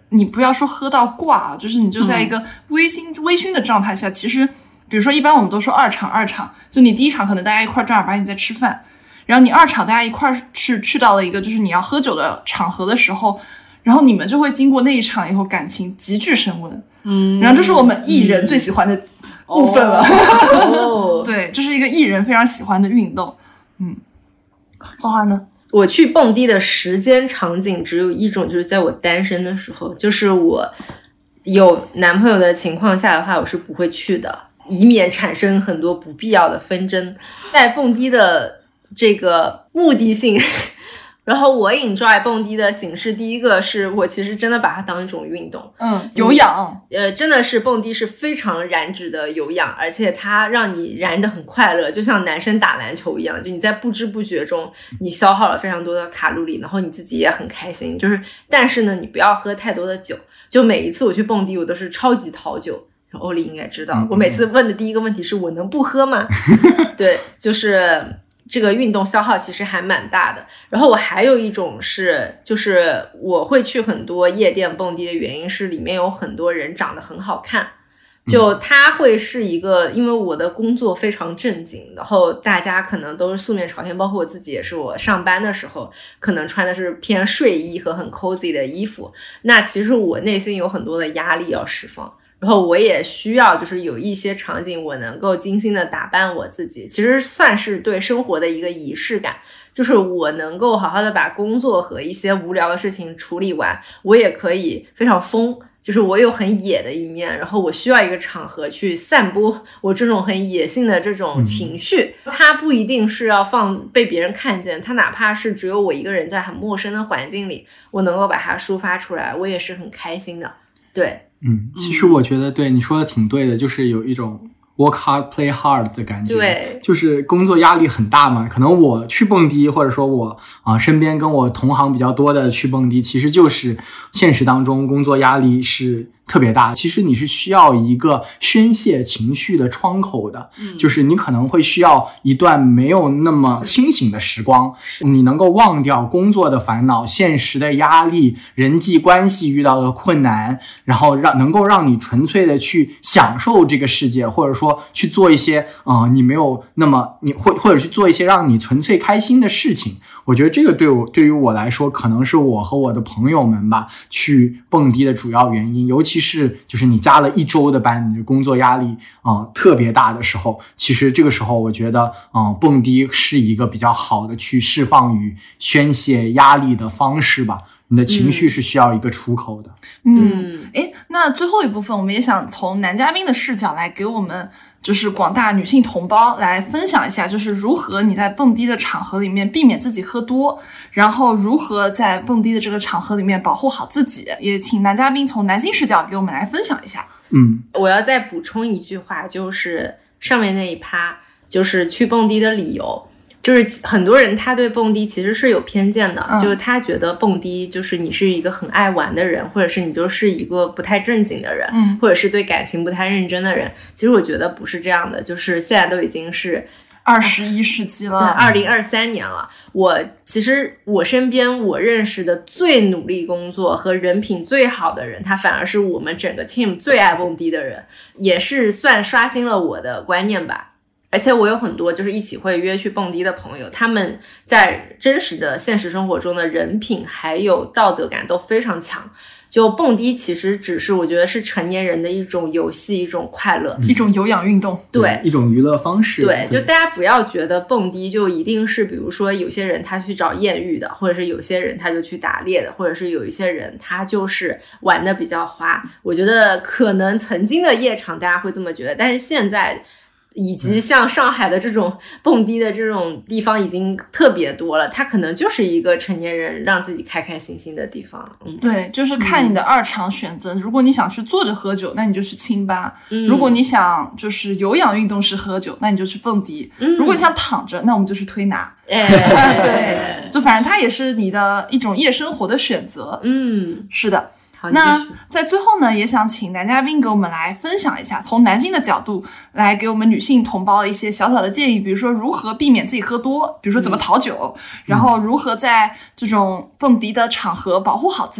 你不要说喝到挂，就是你就在一个微醺的状态下，其实比如说一般我们都说二场，就你第一场可能大家一块正儿八经在吃饭，然后你二场大家一块去到了一个就是你要喝酒的场合的时候，然后你们就会经过那一场以后感情急剧升温，然后这是我们艺人最喜欢的部分了，对，这是一个艺人非常喜欢的运动。花花呢？ 我去蹦迪的时间场景只有一种，就是在我单身的时候，就是我有男朋友的情况下的话，我是不会去的，以免产生很多不必要的纷争。在蹦迪的这个目的性然后我enjoy蹦迪的形式，第一个是我其实真的把它当一种运动， 有氧， 真的是蹦迪是非常燃脂的有氧，而且它让你燃得很快乐，就像男生打篮球一样，就你在不知不觉中你消耗了非常多的卡路里，然后你自己也很开心，就是但是呢你不要喝太多的酒，就每一次我去蹦迪我都是超级讨酒，欧丽应该知道，我每次问的第一个问题是我能不喝吗？对，就是这个运动消耗其实还蛮大的。然后我还有一种是，就是我会去很多夜店蹦迪的原因是里面有很多人长得很好看，就他会是一个，因为我的工作非常正经，然后大家可能都是素面朝天，包括我自己也是，我上班的时候可能穿的是偏睡衣和很 cozy 的衣服，那其实我内心有很多的压力要释放，然后我也需要就是有一些场景我能够精心的打扮我自己，其实算是对生活的一个仪式感，就是我能够好好的把工作和一些无聊的事情处理完，我也可以非常疯，就是我有很野的一面，然后我需要一个场合去散播我这种很野性的这种情绪，它不一定是要被别人看见，它哪怕是只有我一个人在很陌生的环境里，我能够把它抒发出来，我也是很开心的。对， 其实我觉得对你说的挺对的，就是有一种 work hard play hard 的感觉， 对， 就是工作压力很大嘛，可能我去蹦迪，或者说我身边跟我同行比较多的去蹦迪，其实就是现实当中工作压力是特别大，其实你是需要一个宣泄情绪的窗口的，就是你可能会需要一段没有那么清醒的时光，你能够忘掉工作的烦恼、现实的压力、人际关系遇到的困难，然后能够让你纯粹的去享受这个世界，或者说去做一些你没有那么或者去做一些让你纯粹开心的事情。我觉得这个对于我来说，可能是我和我的朋友们吧去蹦迪的主要原因，尤其是就是你加了1周的班，你的工作压力特别大的时候，其实这个时候我觉得蹦迪是一个比较好的去释放与宣泄压力的方式吧。你的情绪是需要一个出口的。 那最后一部分我们也想从男嘉宾的视角来给我们就是广大女性同胞来分享一下，就是如何你在蹦迪的场合里面避免自己喝多，然后如何在蹦迪的这个场合里面保护好自己，也请男嘉宾从男性视角给我们来分享一下。 我要再补充一句话，就是上面那一趴，就是去蹦迪的理由，就是很多人他对蹦迪其实是有偏见的，就是他觉得蹦迪就是你是一个很爱玩的人，或者是你就是一个不太正经的人，或者是对感情不太认真的人。其实我觉得不是这样的，就是现在都已经是 21世纪了， 对，2023年了。其实我身边我认识的最努力工作和人品最好的人，他反而是我们整个 team 最爱蹦迪的人，也是算刷新了我的观念吧。而且我有很多就是一起会约去蹦迪的朋友，他们在真实的现实生活中的人品还有道德感都非常强。就蹦迪其实只是我觉得是成年人的一种游戏，一种快乐， 一种有氧运动， 对， 一种娱乐方式。 对，就大家不要觉得蹦迪就一定是比如说有些人他去找艳遇的，或者是有些人他就去打猎的，或者是有一些人他就是玩的比较花。我觉得可能曾经的夜场大家会这么觉得，但是现在以及像上海的这种蹦迪的这种地方已经特别多了，它可能就是一个成年人让自己开开心心的地方。 对，就是看你的二场选择。如果你想去坐着喝酒，那你就去清吧；如果你想就是有氧运动式喝酒，那你就去蹦迪；如果你想躺着，那我们就去推拿。对，就反正它也是你的一种夜生活的选择。是的。那在最后呢，也想请男嘉宾给我们来分享一下，从男性的角度来给我们女性同胞一些小小的建议，比如说如何避免自己喝多，比如说怎么讨酒，然后如何在这种蹦迪的场合保护好自己。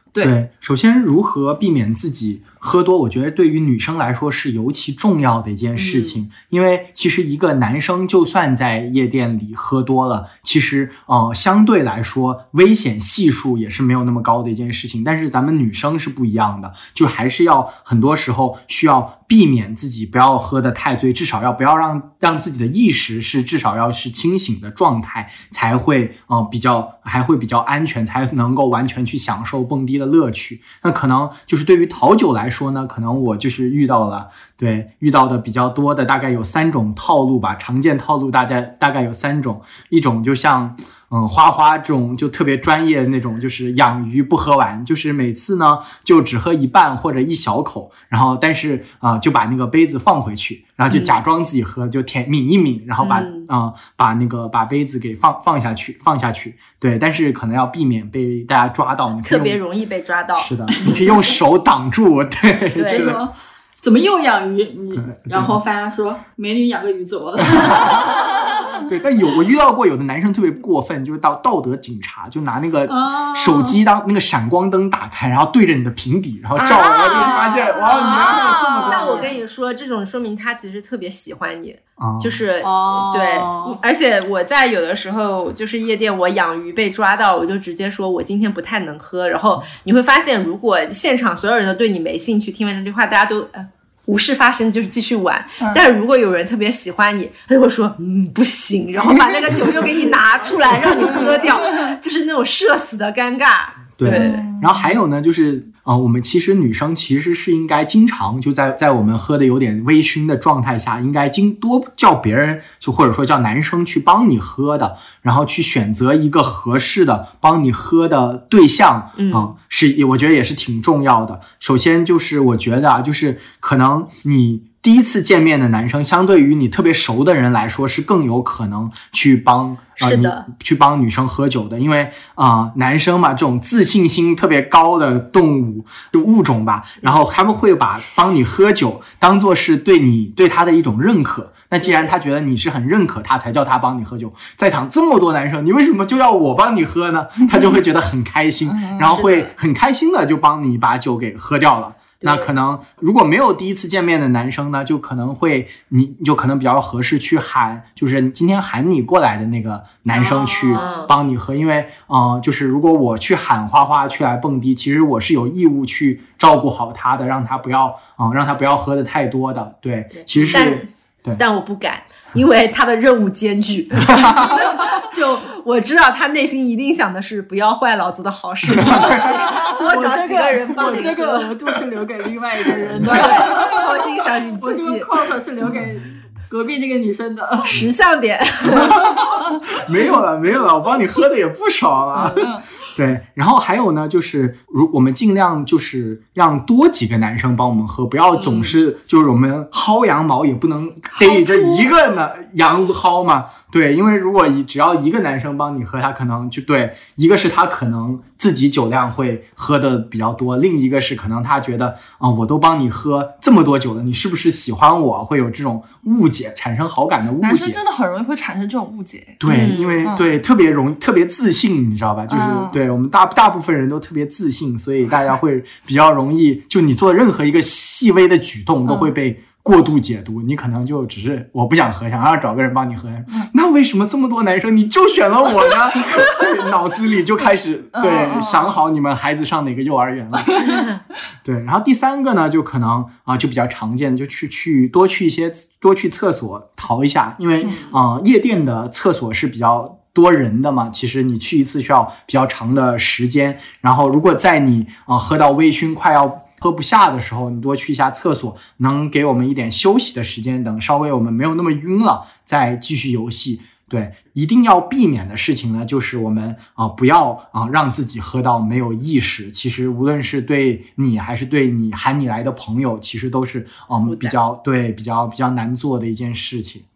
对， 首先如何避免自己喝多，我觉得对于女生来说是尤其重要的一件事情，因为其实一个男生就算在夜店里喝多了，其实相对来说危险系数也是没有那么高的一件事情，但是咱们女生是不一样的，就还是要很多时候需要避免自己不要喝得太醉，至少不要让自己的意识是至少要是清醒的状态，才会还会比较安全，才能够完全去享受蹦迪的乐趣。那可能就是对于讨酒来说呢，可能我就是遇到的比较多的大概有3种套路吧，常见套路大概有3种，一种就像花花这种就特别专业的那种，就是养鱼不喝完，就是每次呢就只喝一半或者一小口，然后但是就把那个杯子放回去，然后就假装自己喝，就抿一抿，然后把杯子给放下去，对，但是可能要避免被大家抓到， 特别容易被抓到。 是的，你可以用手挡住，对，是的。 怎么又养鱼？然后发现说美女养个鱼怎么了？ 对，但我遇到过有的男生特别过分，就是到道德警察，就拿那个手机当那个闪光灯打开，然后对着你的平底，然后照，然后就发现哇，你们还有这么多。 但我跟你说，这种说明他其实特别喜欢你。就是对，而且我在有的时候就是夜店，我养鱼被抓到，我就直接说我今天不太能喝，然后你会发现，如果现场所有人都对你没兴趣，听完这句话，大家都无事发生，就是继续玩。但是如果有人特别喜欢你，他就会说不行，然后把那个酒又给你拿出来让你喝掉，就是那种社死的尴尬。对， 然后还有呢，就是我们其实女生其实是应该经常就在我们喝的有点微醺的状态下，应该多叫别人，就或者说叫男生去帮你喝的，然后去选择一个合适的帮你喝的对象，我觉得也是挺重要的。首先就是我觉得就是可能你第一次见面的男生，相对于你特别熟的人来说，是更有可能去帮去帮女生喝酒的，因为男生嘛，这种自信心特别高的动物就物种吧，然后他们会把帮你喝酒当作是对他的一种认可。那既然他觉得你是很认可他，才叫他帮你喝酒。在场这么多男生，你为什么就要我帮你喝呢？他就会觉得很开心，然后会很开心的就帮你把酒给喝掉了。那可能如果没有第一次见面的男生呢，就可能你就可能比较合适去喊，就是今天喊你过来的那个男生去帮你喝，因为就是如果我去喊花花去来蹦迪，其实我是有义务去照顾好他的，让他不要喝的太多的。对，其实是但我不敢，因为他的任务艰巨。就我知道他内心一定想的是不要坏老子的好事，多找几个人帮你。 我这个额度是留给另外一个人的， 我心想你自己。 我这个扣是留给隔壁那个女生的。 识相点。 没有了，我帮你喝的也不少了。对，然后还有呢，就是我们尽量就是让多几个男生帮我们喝，不要总是就是我们薅羊毛也不能逮着一个呢羊薅嘛。对，因为如果只要一个男生帮你喝，他可能就对，一个是他可能自己酒量会喝的比较多，另一个是可能他觉得我都帮你喝这么多酒了，你是不是喜欢我？会有这种误解，产生好感的误解。 男生真的很容易会产生这种误解。 对，因为对特别容易特别自信，你知道吧？就是对我们大部分人都特别自信，所以大家会比较容易，就你做任何一个细微的举动都会被过度解读，你可能就只是我不想喝，想要找个人帮你喝，那为什么这么多男生你就选了我呢？对，脑子里就开始想好你们孩子上哪个幼儿园了。对，然后第3个呢，就可能就比较常见，就多去厕所逃一下，因为夜店的厕所是比较多人的嘛，其实你去一次需要比较长的时间，然后如果在你喝到微醺快要喝不下的时候，你多去一下厕所，能给我们一点休息的时间，等稍微我们没有那么晕了再继续游戏。对，一定要避免的事情呢，就是我们不要让自己喝到没有意识。其实无论是对你还是对你喊你来的朋友，其实都是比较难做的一件事情。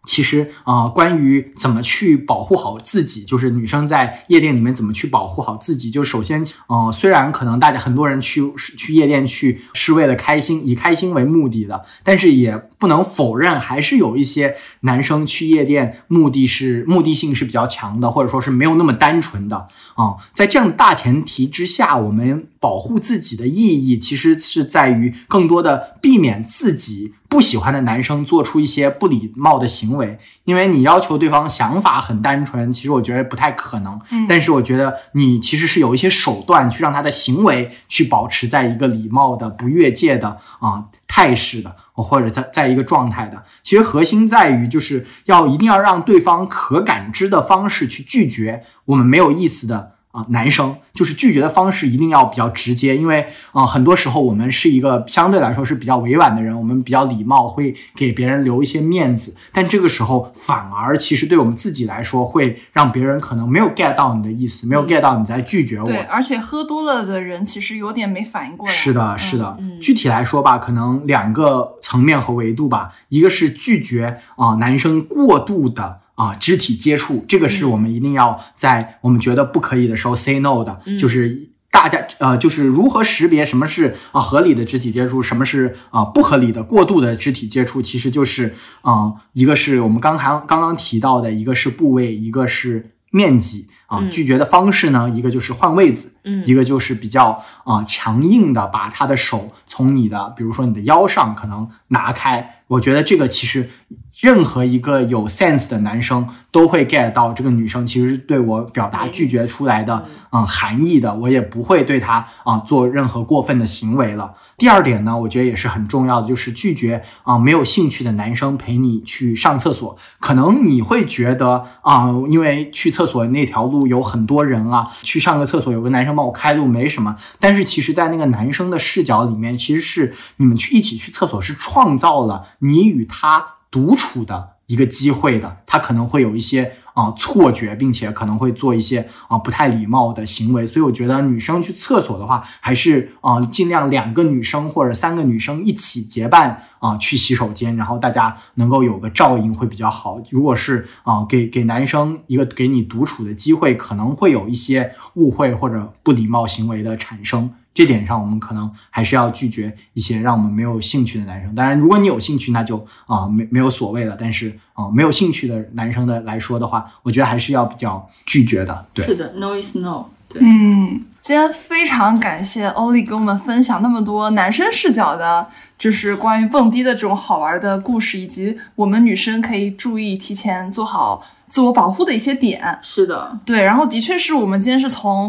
其实关于怎么去保护好自己，就是女生在夜店里面怎么去保护好自己，就首先虽然可能大家很多人去夜店去是为了开心，以开心为目的的，但是也不能否认还是有一些男生去夜店目的性是比较强的，或者说是没有那么单纯的在这样的大前提之下，我们保护自己的意义其实是在于更多的避免自己不喜欢的男生做出一些不礼貌的行为，因为你要求对方想法很单纯，其实我觉得不太可能。但是我觉得你其实是有一些手段去让他的行为去保持在一个礼貌的、不越界的态势的，或者在一个状态的。其实核心在于就是一定要让对方可感知的方式去拒绝我们没有意思的男生，就是拒绝的方式一定要比较直接，因为很多时候我们是一个相对来说是比较委婉的人，我们比较礼貌，会给别人留一些面子，但这个时候反而其实对我们自己来说会让别人可能没有 get 到你的意思，没有 get 到你在拒绝我。 对，而且喝多了的人其实有点没反应过来。 是的，是的。具体来说吧，可能2个层面和维度吧，一个是拒绝男生过度的肢体接触，这个是我们一定要在我们觉得不可以的时候 say no 的，就是大家就是如何识别什么是合理的肢体接触，什么是不合理的过度的肢体接触，其实就是一个是我们刚刚提到的，一个是部位，一个是面积拒绝的方式呢，一个就是换位子，一个就是比较强硬的把他的手从你的比如说你的腰上可能拿开。我觉得这个其实任何一个有 sense 的男生都会 get 到这个女生其实对我表达拒绝出来的含义的，我也不会对她做任何过分的行为了。第二点呢，我觉得也是很重要的，就是拒绝没有兴趣的男生陪你去上厕所。可能你会觉得因为去厕所那条路有很多人去上个厕所有个男生帮我开路没什么，但是其实在那个男生的视角里面，其实是你们一起去厕所是创造了你与他独处的一个机会的，他可能会有一些错觉，并且可能会做一些不太礼貌的行为。所以我觉得女生去厕所的话，还是尽量2个女生或者3个女生一起结伴去洗手间，然后大家能够有个照应会比较好。如果是给男生一个给你独处的机会，可能会有一些误会或者不礼貌行为的产生。这点上我们可能还是要拒绝一些让我们没有兴趣的男生。当然如果你有兴趣那就没有所谓了，但是没有兴趣的男生的来说的话，我觉得还是要比较拒绝的。对， 是的 ，no is no。对， 今天非常感谢欧丽跟我们分享那么多男生视角的就是关于蹦迪的这种好玩的故事，以及我们女生可以注意提前做好自我保护的一些点。 是的， 对，然后的确是我们今天是从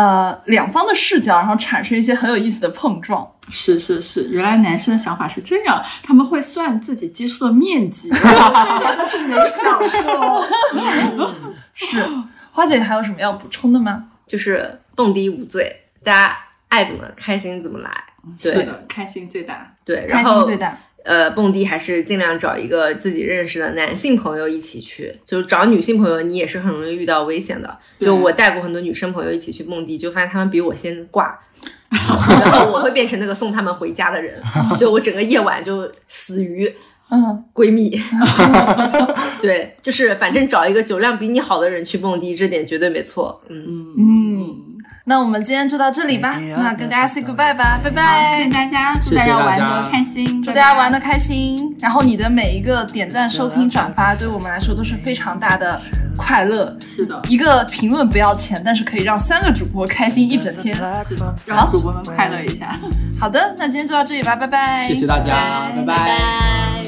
2方的视角，然后产生一些很有意思的碰撞。 是，原来男生的想法是这样，他们会算自己接触的面积，这点都是没想过。 是，花姐还有什么要补充的吗？ 就是蹦迪无罪，大家爱怎么开心怎么来。对， 是的，开心最大。 对，然后开心最大。 蹦迪还是尽量找一个自己认识的男性朋友一起去，就找女性朋友你也是很容易遇到危险的。就我带过很多女生朋友一起去蹦迪，就发现他们比我先挂，然后我会变成那个送他们回家的人，就我整个夜晚就死于闺蜜。对，就是反正找一个酒量比你好的人去蹦迪，这点绝对没错。 那我们今天就到这里吧，那跟大家 say goodbye 吧，拜拜。 谢谢大家，祝大家玩得开心， 祝大家玩得开心。然后你的每一个点赞、收听、转发，对我们来说都是非常大的快乐。 是的， 一个评论不要钱，但是可以让3个主播开心一整天， 让主播们快乐一下。 好的，那今天就到这里吧，拜拜。 谢谢大家，拜拜。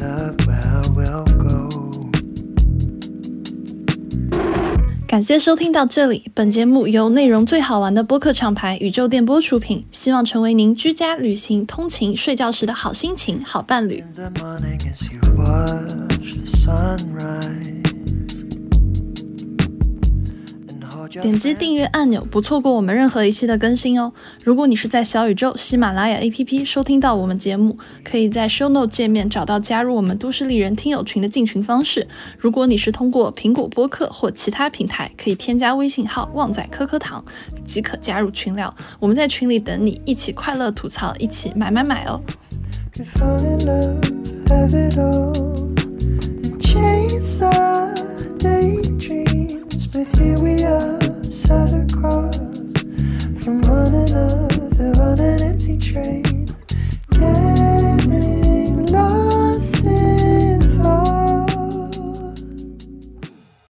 感谢收听到这里，本节目由内容最好玩的播客厂牌宇宙电波出品，希望成为您居家、旅行、通勤、睡觉时的好心情、好伴侣。点击订阅按钮，不错过我们任何一期的更新哦。如果你是在小宇宙、喜马拉雅 APP 收听到我们节目，可以在 Show Note 界面找到加入我们都市丽人听友群的进群方式。如果你是通过苹果播客或其他平台，可以添加微信号旺仔颗颗糖即可加入群聊，我们在群里等你，一起快乐吐槽，一起买哦。 chase our daydreams, but here we are, sat across from one another on an empty train.